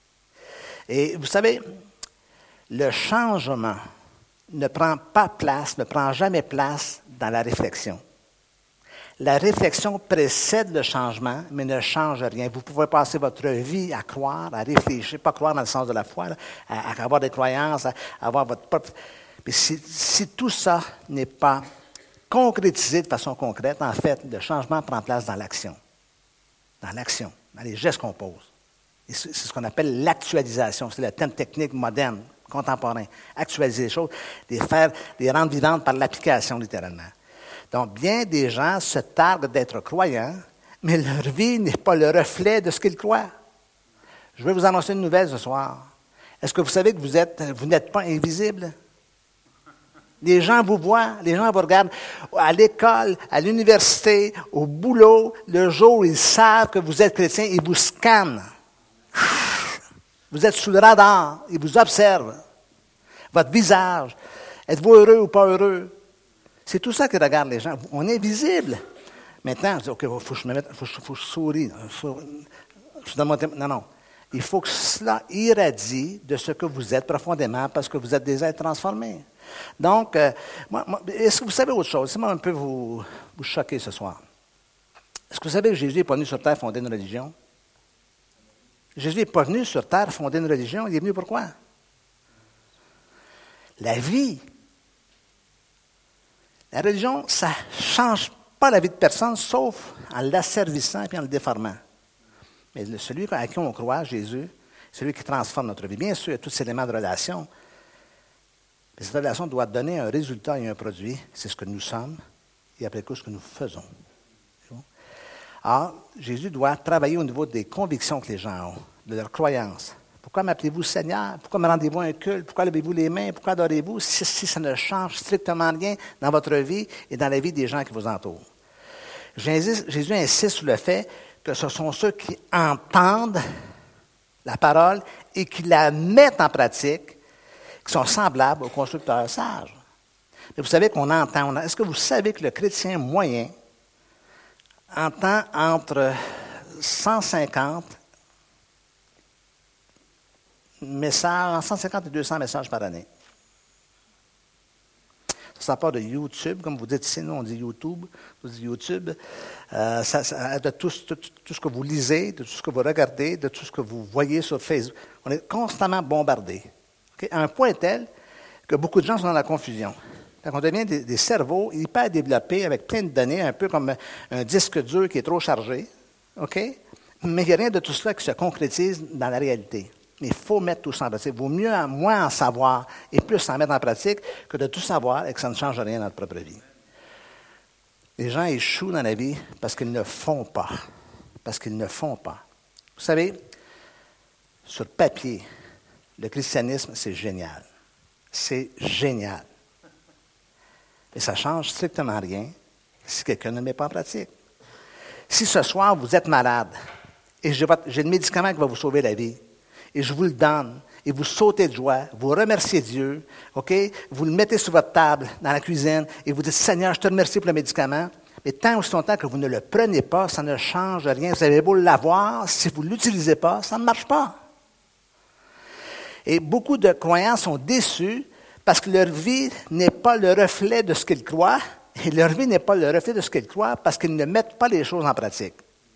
Et vous savez, le changement ne prend jamais place dans la réflexion. La réflexion précède le changement, mais ne change rien. Vous pouvez passer votre vie à croire, à réfléchir, pas croire dans le sens de la foi, là, à avoir des croyances, à avoir votre propre... Mais si tout ça n'est pas concrétisé de façon concrète, en fait, le changement prend place dans l'action. Dans l'action, dans les gestes qu'on pose. Et c'est ce qu'on appelle l'actualisation. C'est le terme technique moderne, contemporain. Actualiser les choses, les rendre vivantes par l'application, littéralement. Donc, bien des gens se targuent d'être croyants, mais leur vie n'est pas le reflet de ce qu'ils croient. Je vais vous annoncer une nouvelle ce soir. Est-ce que vous savez que vous n'êtes pas invisible? Les gens vous voient, les gens vous regardent à l'école, à l'université, au boulot. Le jour où ils savent que vous êtes chrétien, ils vous scannent. Vous êtes sous le radar, ils vous observent. Votre visage, êtes-vous heureux ou pas heureux? C'est tout ça que regardent les gens. On est visible. Maintenant, OK, il faut que je souris. Non. Il faut que cela irradie de ce que vous êtes profondément parce que vous êtes des êtres transformés. Donc, est-ce que vous savez autre chose? Laissez-moi un peu vous choquer ce soir. Est-ce que vous savez que Jésus n'est pas venu sur terre fonder une religion? Jésus n'est pas venu sur terre fonder une religion. Il est venu pourquoi? La vie. La religion, ça ne change pas la vie de personne, sauf en l'asservissant et en le déformant. Mais celui à qui on croit, Jésus, celui qui transforme notre vie. Bien sûr, il y a tous ces éléments de relation. Mais cette relation doit donner un résultat et un produit. C'est ce que nous sommes et après tout ce que nous faisons. Alors, Jésus doit travailler au niveau des convictions que les gens ont, de leurs croyances. Pourquoi m'appelez-vous Seigneur? Pourquoi me rendez-vous un culte? Pourquoi levez-vous les mains? Pourquoi adorez-vous? Si ça ne change strictement rien dans votre vie et dans la vie des gens qui vous entourent. Jésus insiste sur le fait que ce sont ceux qui entendent la parole et qui la mettent en pratique qui sont semblables aux constructeurs sages. Mais vous savez qu'on entend. Est-ce que vous savez que le chrétien moyen entend entre 150 messages, 150 et 200 messages par année? Ça part de YouTube, comme vous dites ici, nous on dit YouTube, vous dites YouTube, de tout ce que vous lisez, de tout ce que vous regardez, de tout ce que vous voyez sur Facebook. On est constamment bombardés. Okay? À un point tel que beaucoup de gens sont dans la confusion. On devient des cerveaux hyper développés avec plein de données, un peu comme un disque dur qui est trop chargé. Okay? Mais il n'y a rien de tout cela qui se concrétise dans la réalité. Mais il faut mettre tout ça en pratique. Il vaut mieux moins en savoir et plus en mettre en pratique que de tout savoir et que ça ne change rien dans notre propre vie. Les gens échouent dans la vie parce qu'ils ne font pas. Parce qu'ils ne font pas. Vous savez, sur papier, le christianisme, c'est génial. C'est génial. Et ça ne change strictement rien si quelqu'un ne le met pas en pratique. Si ce soir, vous êtes malade et j'ai le médicament qui va vous sauver la vie, et je vous le donne, et vous sautez de joie, vous remerciez Dieu, OK? Vous le mettez sur votre table dans la cuisine et vous dites, Seigneur, je te remercie pour le médicament. Mais tant aussi longtemps que vous ne le prenez pas, ça ne change rien. Vous avez beau l'avoir, si vous ne l'utilisez pas, ça ne marche pas. Et beaucoup de croyants sont déçus parce que leur vie n'est pas le reflet de ce qu'ils croient, et leur vie n'est pas le reflet de ce qu'ils croient parce qu'ils ne mettent pas les choses en pratique.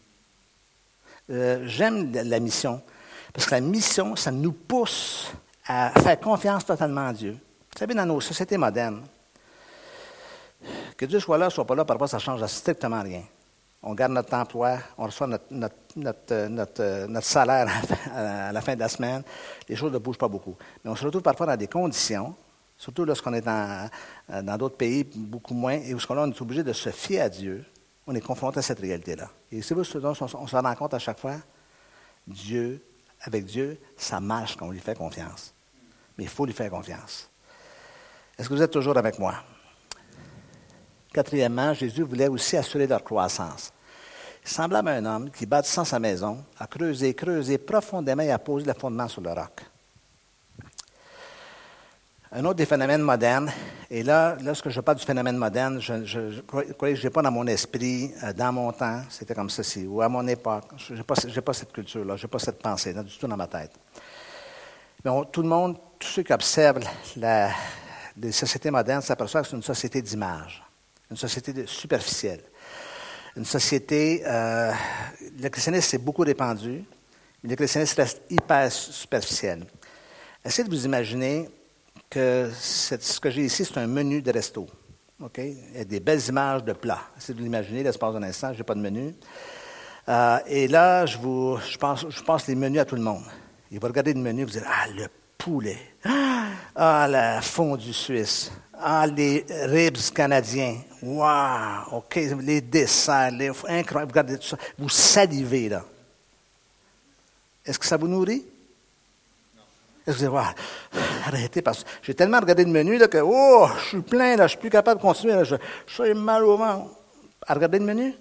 J'aime la mission, parce que la mission, ça nous pousse à faire confiance totalement en Dieu. Vous savez, dans nos sociétés modernes, que Dieu soit là, soit pas là, par rapport, ça ne change strictement rien. On garde notre emploi, on reçoit notre salaire à la fin de la semaine. Les choses ne bougent pas beaucoup. Mais on se retrouve parfois dans des conditions, surtout lorsqu'on est dans d'autres pays, beaucoup moins, et où on est obligé de se fier à Dieu. On est confronté à cette réalité-là. Et c'est ce dont on se rend compte à chaque fois. Avec Dieu, ça marche quand on lui fait confiance. Mais il faut lui faire confiance. Est-ce que vous êtes toujours avec moi? Quatrièmement, Jésus voulait aussi assurer leur croissance. Semblable à un homme qui, bâtissant sa maison, a creusé profondément et a posé le fondement sur le roc. Un autre des phénomènes modernes, et là, lorsque je parle du phénomène moderne, je croyais que je n'ai pas dans mon esprit, dans mon temps, c'était comme ceci, ou à mon époque, je n'ai pas cette culture-là, je n'ai pas cette pensée-là du tout dans ma tête. Mais tout le monde, tous ceux qui observent les sociétés modernes s'aperçoivent que c'est une société d'image, une société superficielle, une société, le christianisme s'est beaucoup répandu, mais le christianisme reste hyper superficiel. Essayez de vous imaginer que ce que j'ai ici, c'est un menu de resto. Okay? Il y a des belles images de plats. Essayez de l'imaginer, l'espace d'un instant, je n'ai pas de menu. Et là, je passe les menus à tout le monde. Il va regarder le menu et vous dire, ah, le poulet. Ah, la fondue suisse. Ah, les ribs canadiens. Wow! OK, les desserts, incroyable. Regardez tout ça. Vous salivez, là. Est-ce que ça vous nourrit? Est-ce que vous dites, arrêtez, parce que j'ai tellement regardé le menu là, que je suis plein, là, je ne suis plus capable de continuer. Là, je suis mal au ventre. À regarder le menu?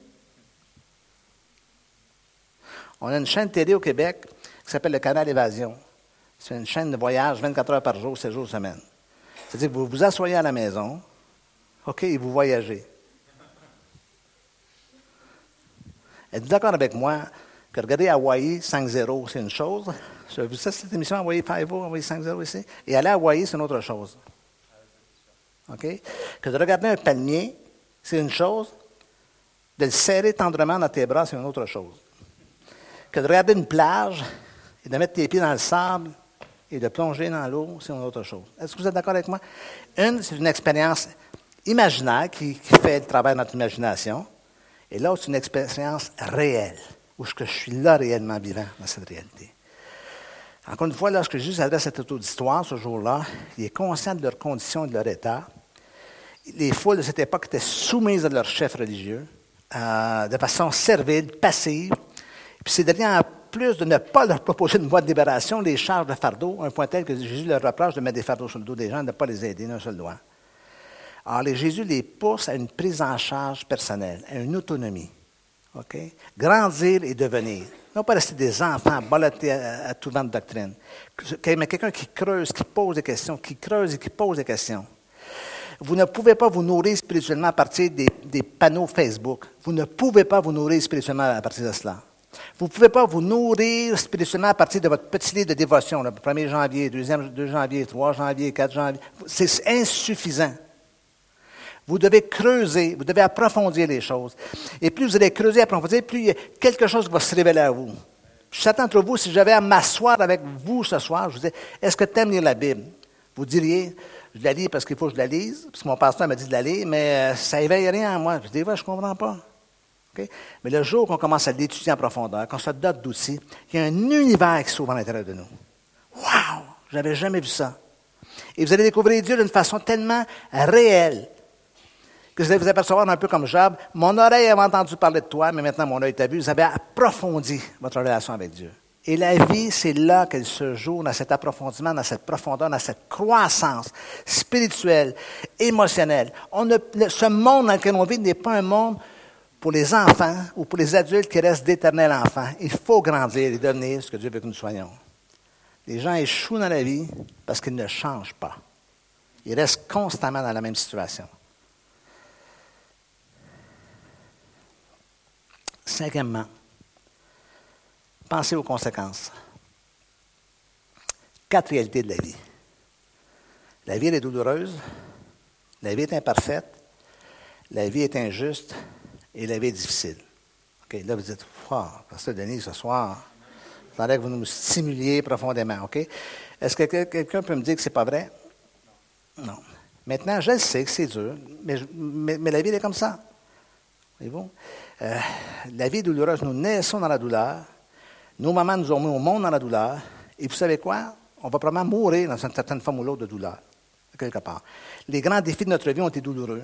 On a une chaîne télé au Québec qui s'appelle le Canal Évasion. C'est une chaîne de voyage 24 heures par jour, 7 jours semaine. C'est-à-dire que vous vous asseyez à la maison, OK, et vous voyagez. Êtes-vous d'accord avec moi que regarder Hawaï 5-0, c'est une chose? Vous avez vu ça, cette émission, Hawaï 5-0, Hawaï 5-0 ici? Et aller à Hawaï, c'est une autre chose. OK? Que de regarder un palmier, c'est une chose. De le serrer tendrement dans tes bras, c'est une autre chose. Que de regarder une plage et de mettre tes pieds dans le sable et de plonger dans l'eau, c'est une autre chose. Est-ce que vous êtes d'accord avec moi? C'est une expérience imaginaire qui fait le travail de notre imagination. Et l'autre, c'est une expérience réelle, où je suis là réellement vivant dans cette réalité. Encore une fois, lorsque Jésus s'adresse à cette auditoire ce jour-là, il est conscient de leurs conditions et de leur état. Les foules de cette époque étaient soumises à leurs chefs religieux, de façon servile, passive. Puis c'est derrière, en plus de ne pas leur proposer une voie de libération, les charges de fardeau, un point tel que Jésus leur reproche de mettre des fardeaux sur le dos des gens et de ne pas les aider d'un seul doigt. Alors, Jésus les pousse à une prise en charge personnelle, à une autonomie. Okay? Grandir et devenir. Non pas rester des enfants ballottés à tout vent de doctrine. Mais quelqu'un qui creuse, qui pose des questions, qui creuse et qui pose des questions. Vous ne pouvez pas vous nourrir spirituellement à partir des panneaux Facebook. Vous ne pouvez pas vous nourrir spirituellement à partir de cela. Vous ne pouvez pas vous nourrir spirituellement à partir de votre petit livre de dévotion, le 1er janvier, 2 janvier, 3 janvier, 4 janvier. C'est insuffisant. Vous devez creuser, vous devez approfondir les choses. Et plus vous allez creuser et approfondir, plus il y a quelque chose qui va se révéler à vous. Chacun d'entre vous, si j'avais à m'asseoir avec vous ce soir, je vous disais, est-ce que tu aimes lire la Bible? Vous diriez, je la lis parce qu'il faut que je la lise, parce que mon pasteur m'a dit de la lire, mais ça n'éveille rien en moi. Je dis, je ne comprends pas. Okay? Mais le jour qu'on commence à l'étudier en profondeur, qu'on se dote d'outils, il y a un univers qui s'ouvre à l'intérieur de nous. Wow! Je n'avais jamais vu ça. Et vous allez découvrir Dieu d'une façon tellement réelle, que que vous allez vous apercevoir un peu comme Job. Mon oreille avait entendu parler de toi, mais maintenant mon œil t'a vu. Vous avez approfondi votre relation avec Dieu. Et la vie, c'est là qu'elle se joue, dans cet approfondissement, dans cette profondeur, dans cette croissance spirituelle, émotionnelle. Ce monde dans lequel on vit n'est pas un monde pour les enfants ou pour les adultes qui restent d'éternels enfants. Il faut grandir et devenir ce que Dieu veut que nous soyons. Les gens échouent dans la vie parce qu'ils ne changent pas. Ils restent constamment dans la même situation. Cinquièmement, pensez aux conséquences. 4 réalités de la vie. La vie, elle est douloureuse. La vie est imparfaite. La vie est injuste. Et la vie est difficile. OK, là, vous dites, Pasteur Denis, ce soir, j'aimerais que vous nous stimuliez profondément. OK? Est-ce que quelqu'un peut me dire que ce n'est pas vrai? Non. Maintenant, je le sais que c'est dur, mais la vie, elle est comme ça. Voyez-vous? La vie est douloureuse. Nous naissons dans la douleur. Nos mamans nous ont mis au monde dans la douleur. Et vous savez quoi? On va probablement mourir dans une certaine forme ou l'autre de douleur, quelque part. Les grands défis de notre vie ont été douloureux.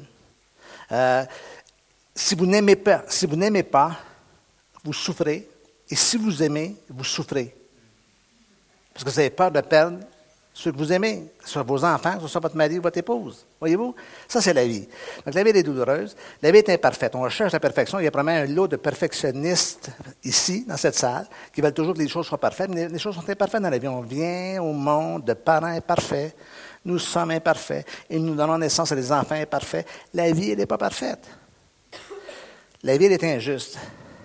Si vous n'aimez pas, vous souffrez. Et si vous aimez, vous souffrez. Parce que vous avez peur de perdre ceux que vous aimez, que ce soit vos enfants, que ce soit votre mari ou votre épouse. Voyez-vous? Ça, c'est la vie. Donc, la vie est douloureuse. La vie est imparfaite. On recherche la perfection. Il y a probablement un lot de perfectionnistes ici, dans cette salle, qui veulent toujours que les choses soient parfaites. Mais les choses sont imparfaites dans la vie. On vient au monde de parents imparfaits. Nous sommes imparfaits. Et nous donnons naissance à des enfants imparfaits. La vie, elle n'est pas parfaite. La vie, elle est injuste.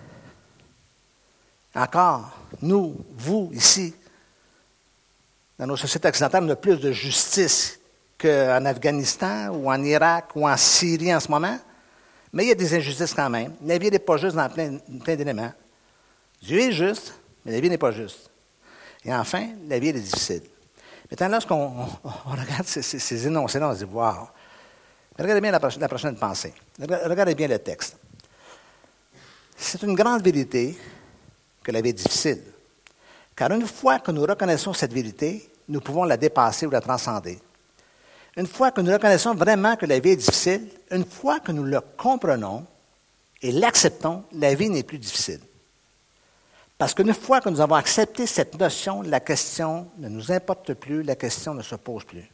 Encore, nous, vous, ici, dans nos sociétés occidentales, on a plus de justice qu'en Afghanistan ou en Irak ou en Syrie en ce moment. Mais il y a des injustices quand même. La vie n'est pas juste dans plein d'éléments. Dieu est juste, mais la vie n'est pas juste. Et enfin, la vie est difficile. Maintenant, lorsqu'on regarde ces énoncés-là, on se dit, wow. Mais regardez bien la prochaine pensée. Regardez bien le texte. C'est une grande vérité que la vie est difficile. Car une fois que nous reconnaissons cette vérité, nous pouvons la dépasser ou la transcender. Une fois que nous reconnaissons vraiment que la vie est difficile, une fois que nous le comprenons et l'acceptons, la vie n'est plus difficile. Parce qu'une fois que nous avons accepté cette notion, la question ne nous importe plus, la question ne se pose plus.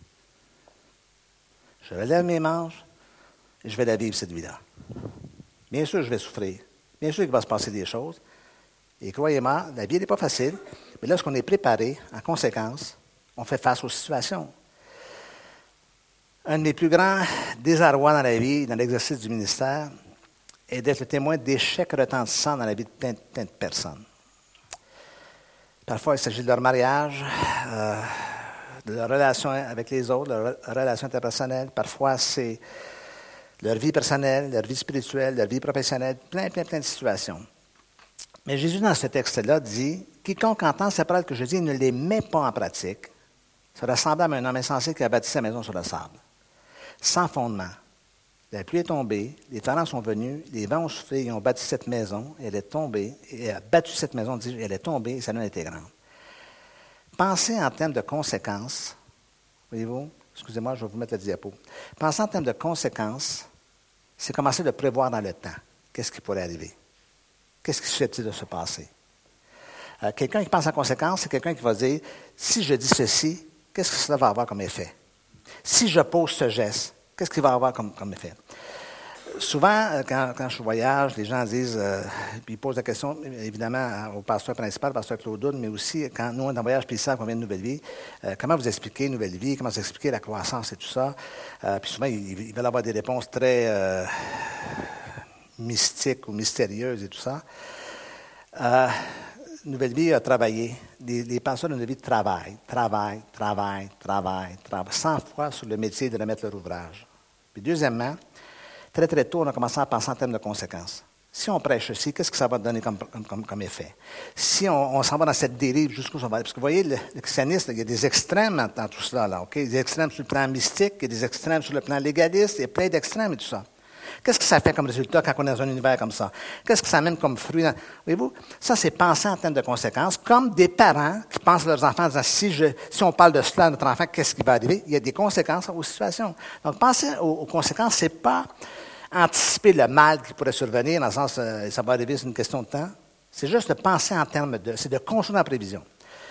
Je relève mes manches et je vais la vivre, cette vie-là. Bien sûr, je vais souffrir. Bien sûr qu'il va se passer des choses. Et croyez-moi, la vie n'est pas facile, mais lorsqu'on est préparé, en conséquence, on fait face aux situations. Un de mes plus grands désarrois dans la vie, dans l'exercice du ministère, est d'être le témoin d'échecs retentissants dans la vie de plein de personnes. Parfois, il s'agit de leur mariage, de leur relation avec les autres, leur relation interpersonnelle. Parfois, c'est leur vie personnelle, leur vie spirituelle, leur vie professionnelle, plein de situations. Mais Jésus, dans ce texte-là, dit « Quiconque entend ces paroles que je dis et ne les met pas en pratique, sera semblable à un homme insensé qui a bâti sa maison sur le sable. Sans fondement. La pluie est tombée, les torrents sont venus, les vents ont soufflé et ont bâti cette maison, et elle est tombée, et a battu cette maison, dit, elle est tombée, et sa ruine était grande. » Pensez en termes de conséquences. Voyez-vous? Excusez-moi, je vais vous mettre la diapo. Pensez en termes de conséquences, c'est commencer de prévoir dans le temps. Qu'est-ce qui pourrait arriver? Qu'est-ce qui est susceptible de se passer? Quelqu'un qui pense en conséquence, c'est quelqu'un qui va dire, si je dis ceci, qu'est-ce que cela va avoir comme effet? Si je pose ce geste, qu'est-ce qu'il va avoir comme effet? Souvent, quand je voyage, les gens disent, puis ils posent la question, évidemment, au pasteur principal, le pasteur Claude Doud, mais aussi, quand nous, on est en voyage, puis ils savent qu'on vient de Nouvelle Vie, comment vous expliquez Nouvelle Vie, comment vous expliquez la croissance et tout ça. Puis souvent, ils veulent avoir des réponses très mystiques ou mystérieuses et tout ça. Nouvelle Vie a travaillé. Les pasteurs de Nouvelle Vie travaillent 100 fois sur le métier de remettre leur ouvrage. Puis deuxièmement, très, très tôt, on a commencé à penser en termes de conséquences. Si on prêche ceci, qu'est-ce que ça va donner comme effet? Si on s'en va dans cette dérive, jusqu'où ça va aller? Parce que vous voyez, le christianisme, il y a des extrêmes dans tout cela. Là, okay? Il y a des extrêmes sur le plan mystique, il y a des extrêmes sur le plan légaliste, il y a plein d'extrêmes et tout ça. Qu'est-ce que ça fait comme résultat quand on est dans un univers comme ça? Qu'est-ce que ça amène comme fruit? Voyez-vous, ça, c'est penser en termes de conséquences, comme des parents qui pensent à leurs enfants en disant, si on parle de cela à notre enfant, qu'est-ce qui va arriver? Il y a des conséquences aux situations. Donc, penser aux conséquences, c'est pas anticiper le mal qui pourrait survenir, dans le sens, ça va arriver, c'est une question de temps. C'est juste de penser en termes c'est de construire en prévision.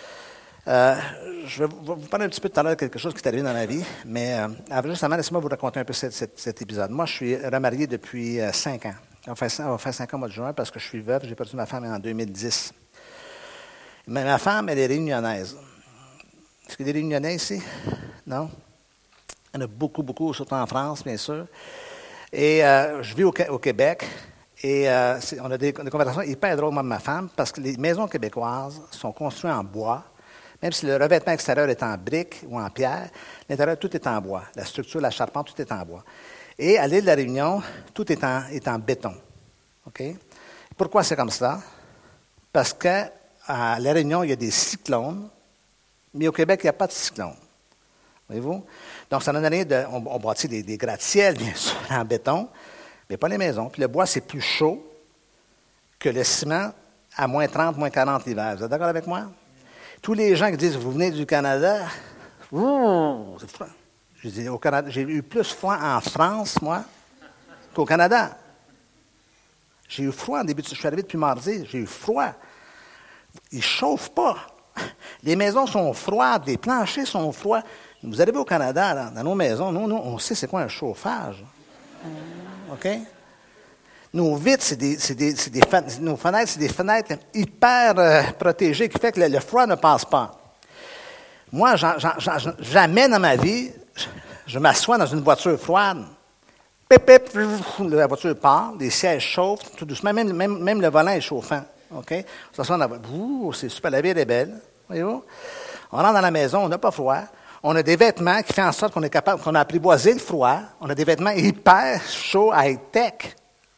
Je vais vous parler un petit peu tout à l'heure de quelque chose qui est arrivé dans ma vie, mais juste avant, laissez-moi vous raconter un peu cet épisode. Moi, je suis remarié depuis 5 ans. On va faire 5 ans au mois de juin parce que je suis veuf. J'ai perdu ma femme en 2010. Mais ma femme, elle est réunionnaise. Est-ce qu'il y a des Réunionnais ici? Non? Il y en a beaucoup, beaucoup, surtout en France, bien sûr. Et je vis au Québec. Et on a des conversations hyper drôles, moi et ma femme, parce que les maisons québécoises sont construites en bois. Même si le revêtement extérieur est en briques ou en pierre, l'intérieur, tout est en bois. La structure, la charpente, tout est en bois. Et à l'île de la Réunion, tout est en béton. OK? Pourquoi c'est comme ça? Parce qu'à la Réunion, il y a des cyclones, mais au Québec, il n'y a pas de cyclone. Voyez-vous? Donc, ça donne rien on bâtit des gratte-ciels, bien sûr, en béton, mais pas les maisons. Puis le bois, c'est plus chaud que le ciment à moins 30, moins 40 l'hiver. Vous êtes d'accord avec moi? Tous les gens qui disent, vous venez du Canada, c'est froid. Je dis, au Canada, j'ai eu plus froid en France, moi, qu'au Canada. J'ai eu froid en début je suis arrivé depuis mardi, j'ai eu froid. Ils ne chauffent pas. Les maisons sont froides, les planchers sont froids. Vous arrivez au Canada, dans nos maisons, nous, on sait c'est quoi un chauffage. OK? Nos vitres, nos fenêtres, c'est des fenêtres hyper protégées qui fait que le froid ne passe pas. Moi, jamais dans ma vie, je m'assois dans une voiture froide. Pip, pip, la voiture part, les sièges chauffent, tout doucement, même le volant est chauffant. OK? On s'assoit dans la voiture, c'est super, la vie elle est belle. Voyez-vous? On rentre dans la maison, on n'a pas froid. On a des vêtements qui font en sorte qu'on a apprivoisé le froid. On a des vêtements hyper chauds, high-tech.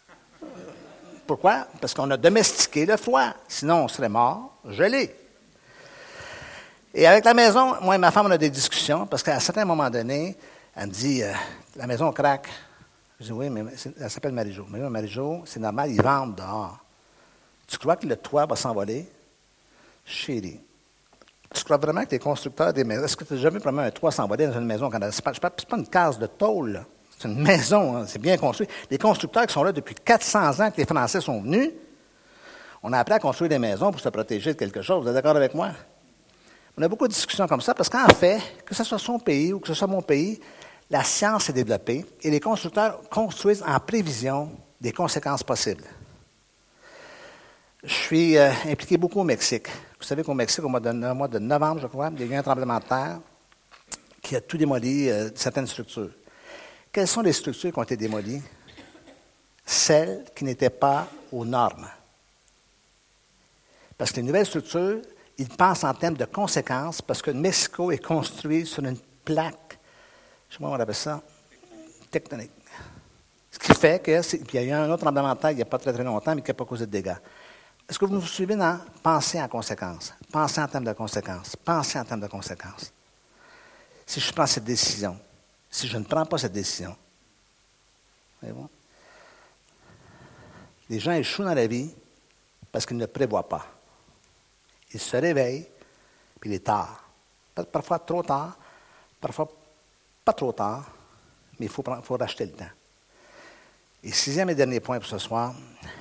Pourquoi? Parce qu'on a domestiqué le froid. Sinon, on serait mort, gelé. Et avec la maison, moi et ma femme, on a des discussions, parce qu'à un certain moment donné, elle me dit, la maison craque. Je dis, oui, mais elle s'appelle Marie-Jo. Mais oui, Marie-Jo, c'est normal, ils vendent dehors. Tu crois que le toit va s'envoler? Chérie, tu crois vraiment que les constructeurs des maisons, est-ce que tu as jamais promis un toit s'envoler dans une maison au Canada? Ce n'est pas une case de tôle, là. C'est une maison, hein, c'est bien construit. Les constructeurs qui sont là depuis 400 ans que les Français sont venus, on a appris à construire des maisons pour se protéger de quelque chose. Vous êtes d'accord avec moi? On a beaucoup de discussions comme ça parce qu'en fait, que ce soit son pays ou que ce soit mon pays, la science s'est développée et les constructeurs construisent en prévision des conséquences possibles. Je suis impliqué beaucoup au Mexique. Vous savez qu'au Mexique, au mois de novembre, je crois, il y a eu un tremblement de terre qui a tout démoli, certaines structures. Quelles sont les structures qui ont été démolies? Celles qui n'étaient pas aux normes. Parce que les nouvelles structures, ils pensent en termes de conséquences, parce que Mexico est construit sur une plaque, je ne sais pas comment on appelle ça, tectonique. Ce qui fait qu'il y a eu un autre tremblement de terre il n'y a pas très, très longtemps, mais qui n'a pas causé de dégâts. Est-ce que vous nous suivez dans penser en conséquences? Pensez en termes de conséquences. Pensez en termes de conséquences. Si je prends cette décision, si je ne prends pas cette décision, voyez-vous? Les gens échouent dans la vie parce qu'ils ne prévoient pas. Ils se réveillent, puis il est tard. Parfois trop tard, parfois pas trop tard, mais il faut racheter le temps. Et sixième et dernier point pour ce soir,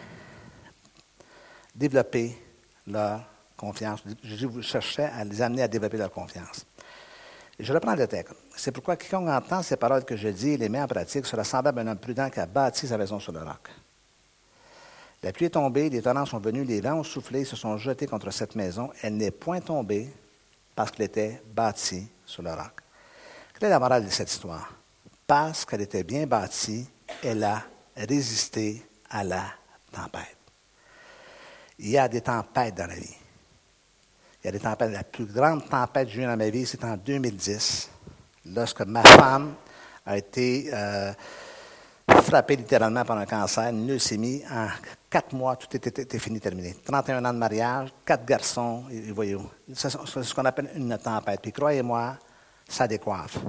développer leur confiance. Je cherchais à les amener à développer leur confiance. Et je reprends le texte. C'est pourquoi quiconque entend ces paroles que je dis et les met en pratique sera semblable à un homme prudent qui a bâti sa maison sur le roc. La pluie est tombée, les torrents sont venus, les vents ont soufflé, se sont jetés contre cette maison. Elle n'est point tombée parce qu'elle était bâtie sur le roc. Quelle est la morale de cette histoire? Parce qu'elle était bien bâtie, elle a résisté à la tempête. Il y a des tempêtes dans la vie. Il y a des tempêtes. La plus grande tempête que j'ai eue dans ma vie, c'est en 2010, lorsque ma femme a été frappée littéralement par un cancer, une leucémie. En 4 mois, tout était fini, terminé. 31 ans de mariage, 4 garçons, et voyez-vous. C'est ce qu'on appelle une tempête. Puis croyez-moi, ça décoiffe.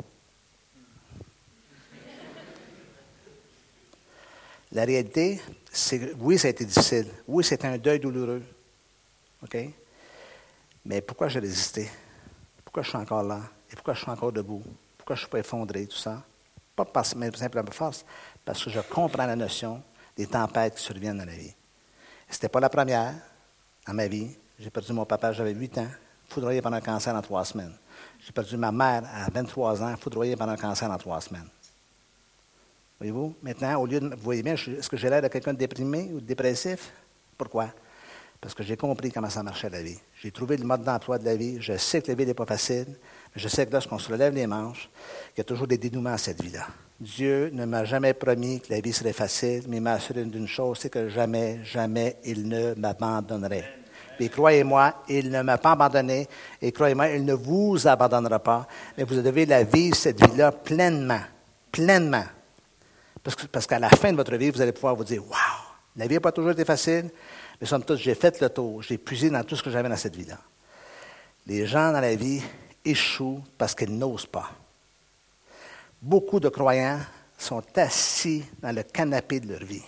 La réalité, c'est que oui, ça a été difficile. Oui, c'était un deuil douloureux. OK? Mais pourquoi j'ai résisté? Pourquoi je suis encore là? Et pourquoi je suis encore debout? Pourquoi je ne suis pas effondré, tout ça? Pas par ma simple force, parce que je comprends la notion des tempêtes qui surviennent dans la vie. Ce n'était pas la première dans ma vie. J'ai perdu mon papa, j'avais 8 ans, foudroyé par un cancer en 3 semaines. J'ai perdu ma mère à 23 ans, foudroyée par un cancer en 3 semaines. Voyez-vous? Maintenant, au lieu de... Vous voyez bien, est-ce que j'ai l'air de quelqu'un de déprimé ou de dépressif? Pourquoi? Parce que j'ai compris comment ça marchait la vie. J'ai trouvé le mode d'emploi de la vie. Je sais que la vie n'est pas facile, mais je sais que lorsqu'on se relève les manches, il y a toujours des dénouements à cette vie-là. Dieu ne m'a jamais promis que la vie serait facile, mais il m'a assuré d'une chose, c'est que jamais, jamais, il ne m'abandonnerait. Et croyez-moi, il ne m'a pas abandonné, et croyez-moi, il ne vous abandonnera pas, mais vous devez la vivre, cette vie-là, pleinement, pleinement. Parce qu'à la fin de votre vie, vous allez pouvoir vous dire, « Wow, la vie n'a pas toujours été facile, mais somme toute, j'ai fait le tour, j'ai puisé dans tout ce que j'avais dans cette vie-là. » Les gens dans la vie échouent parce qu'ils n'osent pas. Beaucoup de croyants sont assis dans le canapé de leur vie.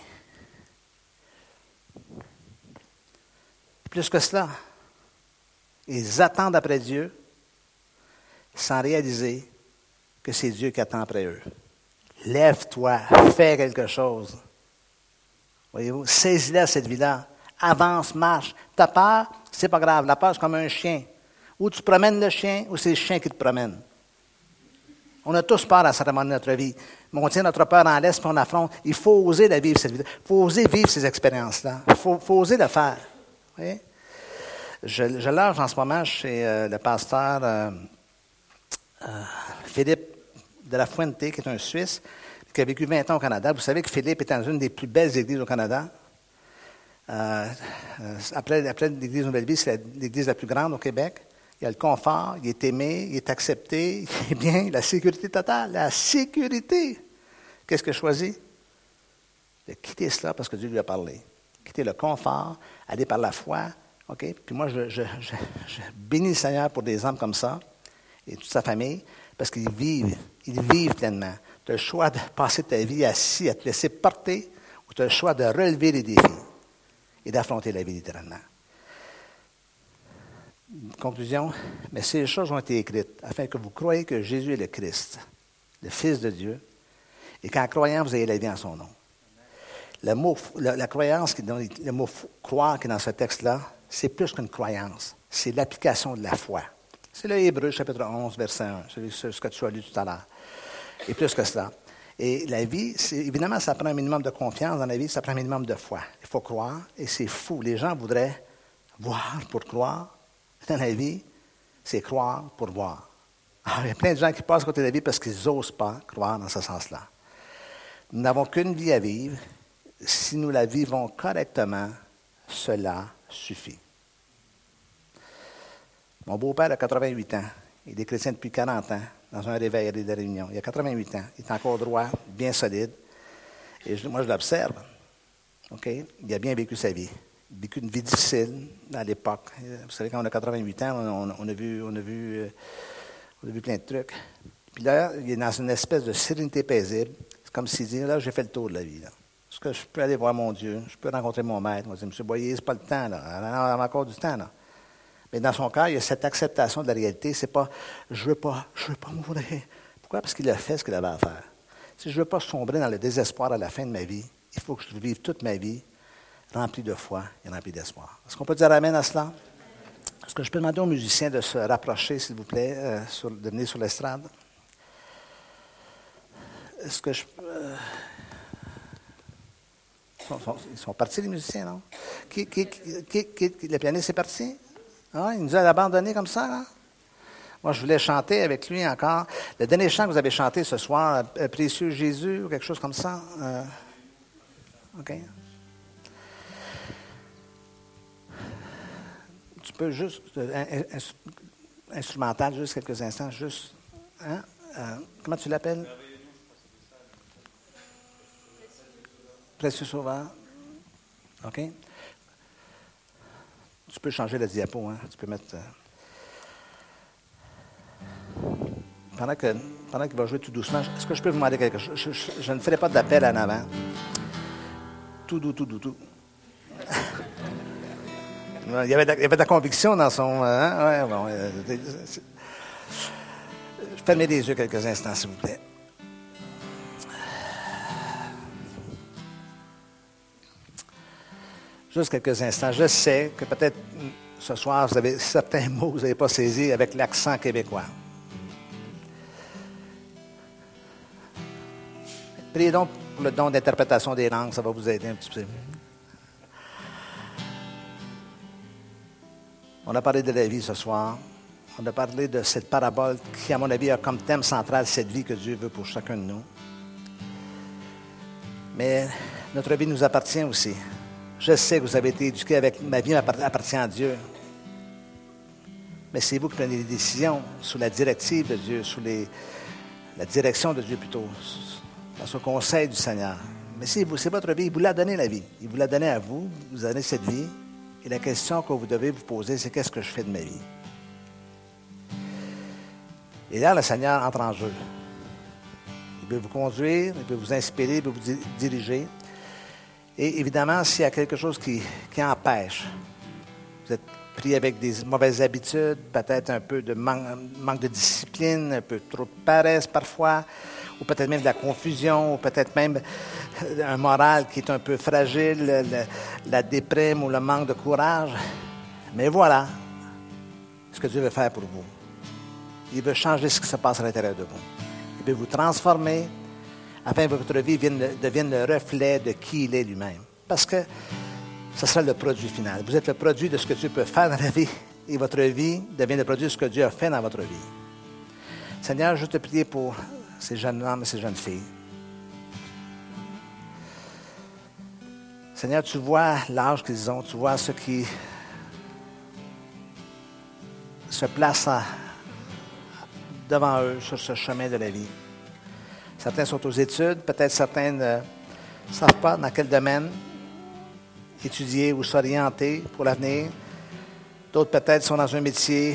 Plus que cela, ils attendent après Dieu sans réaliser que c'est Dieu qui attend après eux. Lève-toi, fais quelque chose. Voyez-vous, saisis-la cette vie-là. Avance, marche. T'as peur, c'est pas grave. La peur, c'est comme un chien. Ou tu promènes le chien, ou c'est le chien qui te promène. On a tous peur à certains moments de notre vie. Mais on tient notre peur en laisse, puis on affronte. Il faut oser la vivre, cette vie-là. Il faut oser vivre ces expériences-là. Il faut oser le faire. Vous voyez? Je loge en ce moment chez le pasteur Philippe de la Fuente, qui est un Suisse, qui a vécu 20 ans au Canada. Vous savez que Philippe est dans une des plus belles églises au Canada. Après l'église Nouvelle-Vie, c'est l'église la plus grande au Québec. Il y a le confort, il est aimé, il est accepté, il est bien, la sécurité totale. La sécurité! Qu'est-ce qu'il a choisi? De quitter cela parce que Dieu lui a parlé. Quitter le confort, aller par la foi. OK? Puis moi, je bénis le Seigneur pour des hommes comme ça et toute sa famille parce qu'ils vivent pleinement. Tu as le choix de passer ta vie assis, à te laisser porter, ou tu as le choix de relever les défis et d'affronter la vie littéralement. Conclusion, mais ces choses ont été écrites afin que vous croyiez que Jésus est le Christ, le Fils de Dieu, et qu'en croyant, vous ayez la vie en son nom. Le mot, la croyance, le mot croire qui est dans ce texte-là, c'est plus qu'une croyance, c'est l'application de la foi. C'est le Hébreu, chapitre 11, verset 1, ce que tu as lu tout à l'heure. Et plus que cela. Et la vie, évidemment, ça prend un minimum de confiance dans la vie, ça prend un minimum de foi. Il faut croire, et c'est fou. Les gens voudraient voir pour croire. Dans la vie, c'est croire pour voir. Alors, il y a plein de gens qui passent à côté de la vie parce qu'ils n'osent pas croire dans ce sens-là. Nous n'avons qu'une vie à vivre. Si nous la vivons correctement, cela suffit. Mon beau-père a 88 ans. Il est chrétien depuis 40 ans, dans un réveil et des réunions. Il a 88 ans. Il est encore droit, bien solide. Et moi, je l'observe. OK? Il a bien vécu sa vie. Il a vécu une vie difficile à l'époque. Vous savez, quand on a 88 ans, on a vu plein de trucs. Puis là, il est dans une espèce de sérénité paisible. C'est comme s'il dit, là, j'ai fait le tour de la vie. Là. Est-ce que je peux aller voir mon Dieu? Je peux rencontrer mon maître? On va dire, M. Boyer, c'est pas le temps, là. On a encore du temps, là. Mais dans son cœur, il y a cette acceptation de la réalité. C'est pas, je veux pas mourir. Pourquoi? Parce qu'il a fait ce qu'il avait à faire. Si je veux pas sombrer dans le désespoir à la fin de ma vie, il faut que je vive toute ma vie rempli de foi et rempli d'espoir. Est-ce qu'on peut dire amen à cela? Est-ce que je peux demander aux musiciens de se rapprocher, s'il vous plaît, de venir sur l'estrade? Est-ce que je... Ils sont partis, les musiciens, non? Le pianiste est parti? Ah, il nous a abandonnés comme ça, là? Moi, je voulais chanter avec lui encore. Le dernier chant que vous avez chanté ce soir, Précieux Jésus, ou quelque chose comme ça. OK. Tu peux juste, instrumental, juste quelques instants, juste, hein? Comment tu l'appelles? Précieux Sauveur. OK? Tu peux changer la diapo, hein? Tu peux mettre... Pendant qu'il va jouer tout doucement, est-ce que je peux vous demander quelque chose? Je ne ferai pas d'appel en avant. Tout doux. Il y avait de la conviction dans son... Fermez les yeux quelques instants, s'il vous plaît. Juste quelques instants. Je sais que peut-être ce soir, vous avez certains mots que vous n'avez pas saisis avec l'accent québécois. Priez donc pour le don d'interprétation des langues, ça va vous aider un petit peu. On a parlé de la vie ce soir. On a parlé de cette parabole qui, à mon avis, a comme thème central cette vie que Dieu veut pour chacun de nous. Mais notre vie nous appartient aussi. Je sais que vous avez été éduqués avec « ma vie appartient à Dieu ». Mais c'est vous qui prenez les décisions sous la directive de Dieu, sous la direction de Dieu plutôt, dans le conseil du Seigneur. Mais c'est votre vie, il vous l'a donné la vie. Il vous l'a donné à vous, vous avez cette vie. Et la question que vous devez vous poser, c'est qu'est-ce que je fais de ma vie? Et là, le Seigneur entre en jeu. Il veut vous conduire, il veut vous inspirer, il veut vous diriger. Et évidemment, s'il y a quelque chose qui empêche, vous êtes pris avec des mauvaises habitudes, peut-être un peu de manque de discipline, un peu trop de paresse parfois, ou peut-être même de la confusion, ou peut-être même un moral qui est un peu fragile, la déprime ou le manque de courage. Mais voilà ce que Dieu veut faire pour vous. Il veut changer ce qui se passe à l'intérieur de vous. Il veut vous transformer afin que votre vie devienne le reflet de qui il est lui-même. Parce que ce sera le produit final. Vous êtes le produit de ce que Dieu peut faire dans la vie et votre vie devient le produit de ce que Dieu a fait dans votre vie. Seigneur, je te prie pour ces jeunes hommes et ces jeunes filles. Seigneur, tu vois l'âge qu'ils ont, tu vois ceux qui se placent devant eux sur ce chemin de la vie. Certains sont aux études, peut-être certains ne savent pas dans quel domaine étudier ou s'orienter pour l'avenir. D'autres peut-être sont dans un métier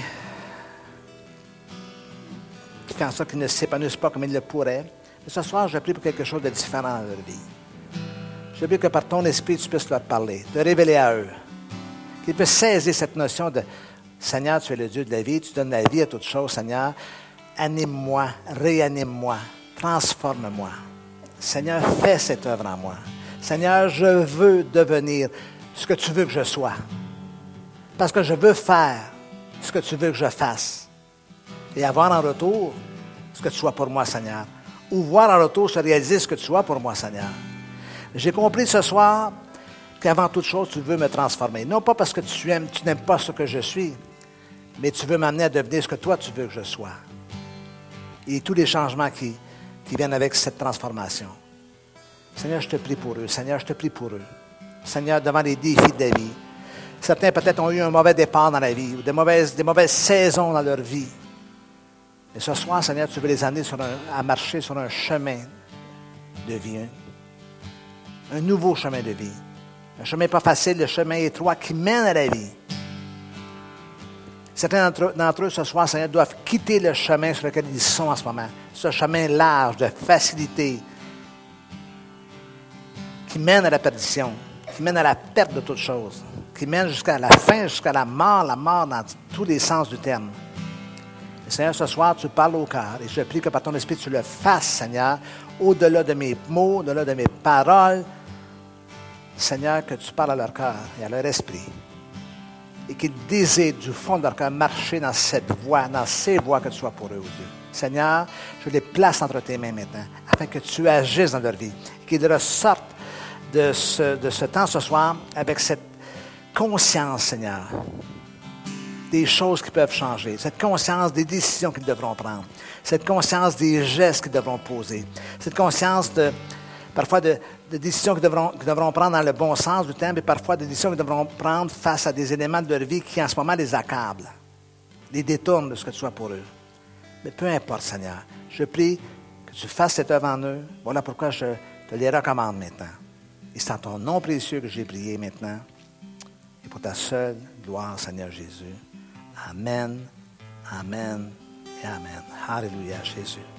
qui fait en sorte qu'ils ne s'épanouissent pas comme ils le pourraient. Mais ce soir, je prie pour quelque chose de différent dans leur vie. Je prie que par ton esprit, tu puisses leur parler, te révéler à eux. Qu'ils puissent saisir cette notion de Seigneur, tu es le Dieu de la vie, tu donnes la vie à toutes choses, Seigneur. Anime-moi, réanime-moi, transforme-moi. Seigneur, fais cette œuvre en moi. Seigneur, je veux devenir ce que tu veux que je sois. Parce que je veux faire ce que tu veux que je fasse. Et avoir en retour ce que tu sois pour moi, Seigneur. Ou voir en retour se réaliser ce que tu sois pour moi, Seigneur. J'ai compris ce soir qu'avant toute chose, tu veux me transformer. Non pas parce que tu n'aimes pas ce que je suis, mais tu veux m'amener à devenir ce que toi, tu veux que je sois. Et tous les changements qui viennent avec cette transformation. Seigneur, je te prie pour eux. Seigneur, je te prie pour eux. Seigneur, devant les défis de la vie. Certains peut-être ont eu un mauvais départ dans la vie ou des mauvaises saisons dans leur vie. Et ce soir, Seigneur, tu veux les amener à marcher sur un chemin de vie. Un nouveau chemin de vie. Un chemin pas facile, le chemin étroit qui mène à la vie. Certains d'entre eux, ce soir, Seigneur, doivent quitter le chemin sur lequel ils sont en ce moment. Ce chemin large, de facilité, qui mène à la perdition, qui mène à la perte de toutes choses, qui mène jusqu'à la fin, jusqu'à la mort dans tous les sens du terme. Et Seigneur, ce soir, tu parles au cœur et je prie que par ton esprit, tu le fasses, Seigneur, au-delà de mes mots, au-delà de mes paroles. Seigneur, que tu parles à leur cœur et à leur esprit. Et qu'ils désirent du fond de leur cœur marcher dans cette voie, dans ces voies que tu sois pour eux, oh Dieu. Seigneur, je les place entre tes mains maintenant, afin que tu agisses dans leur vie. Qu'ils ressortent de ce temps ce soir avec cette conscience, Seigneur, des choses qui peuvent changer, cette conscience des décisions qu'ils devront prendre, cette conscience des gestes qu'ils devront poser, cette conscience parfois de décisions qu'ils devront prendre dans le bon sens du terme et parfois de décisions qu'ils devront prendre face à des éléments de leur vie qui en ce moment les accablent, les détournent de ce que tu sois pour eux. Mais peu importe, Seigneur, je prie que tu fasses cette œuvre en eux. Voilà pourquoi je te les recommande maintenant. Et c'est en ton nom précieux que j'ai prié maintenant. Et pour ta seule gloire, Seigneur Jésus. Amen, amen et amen. Alléluia, Jésus.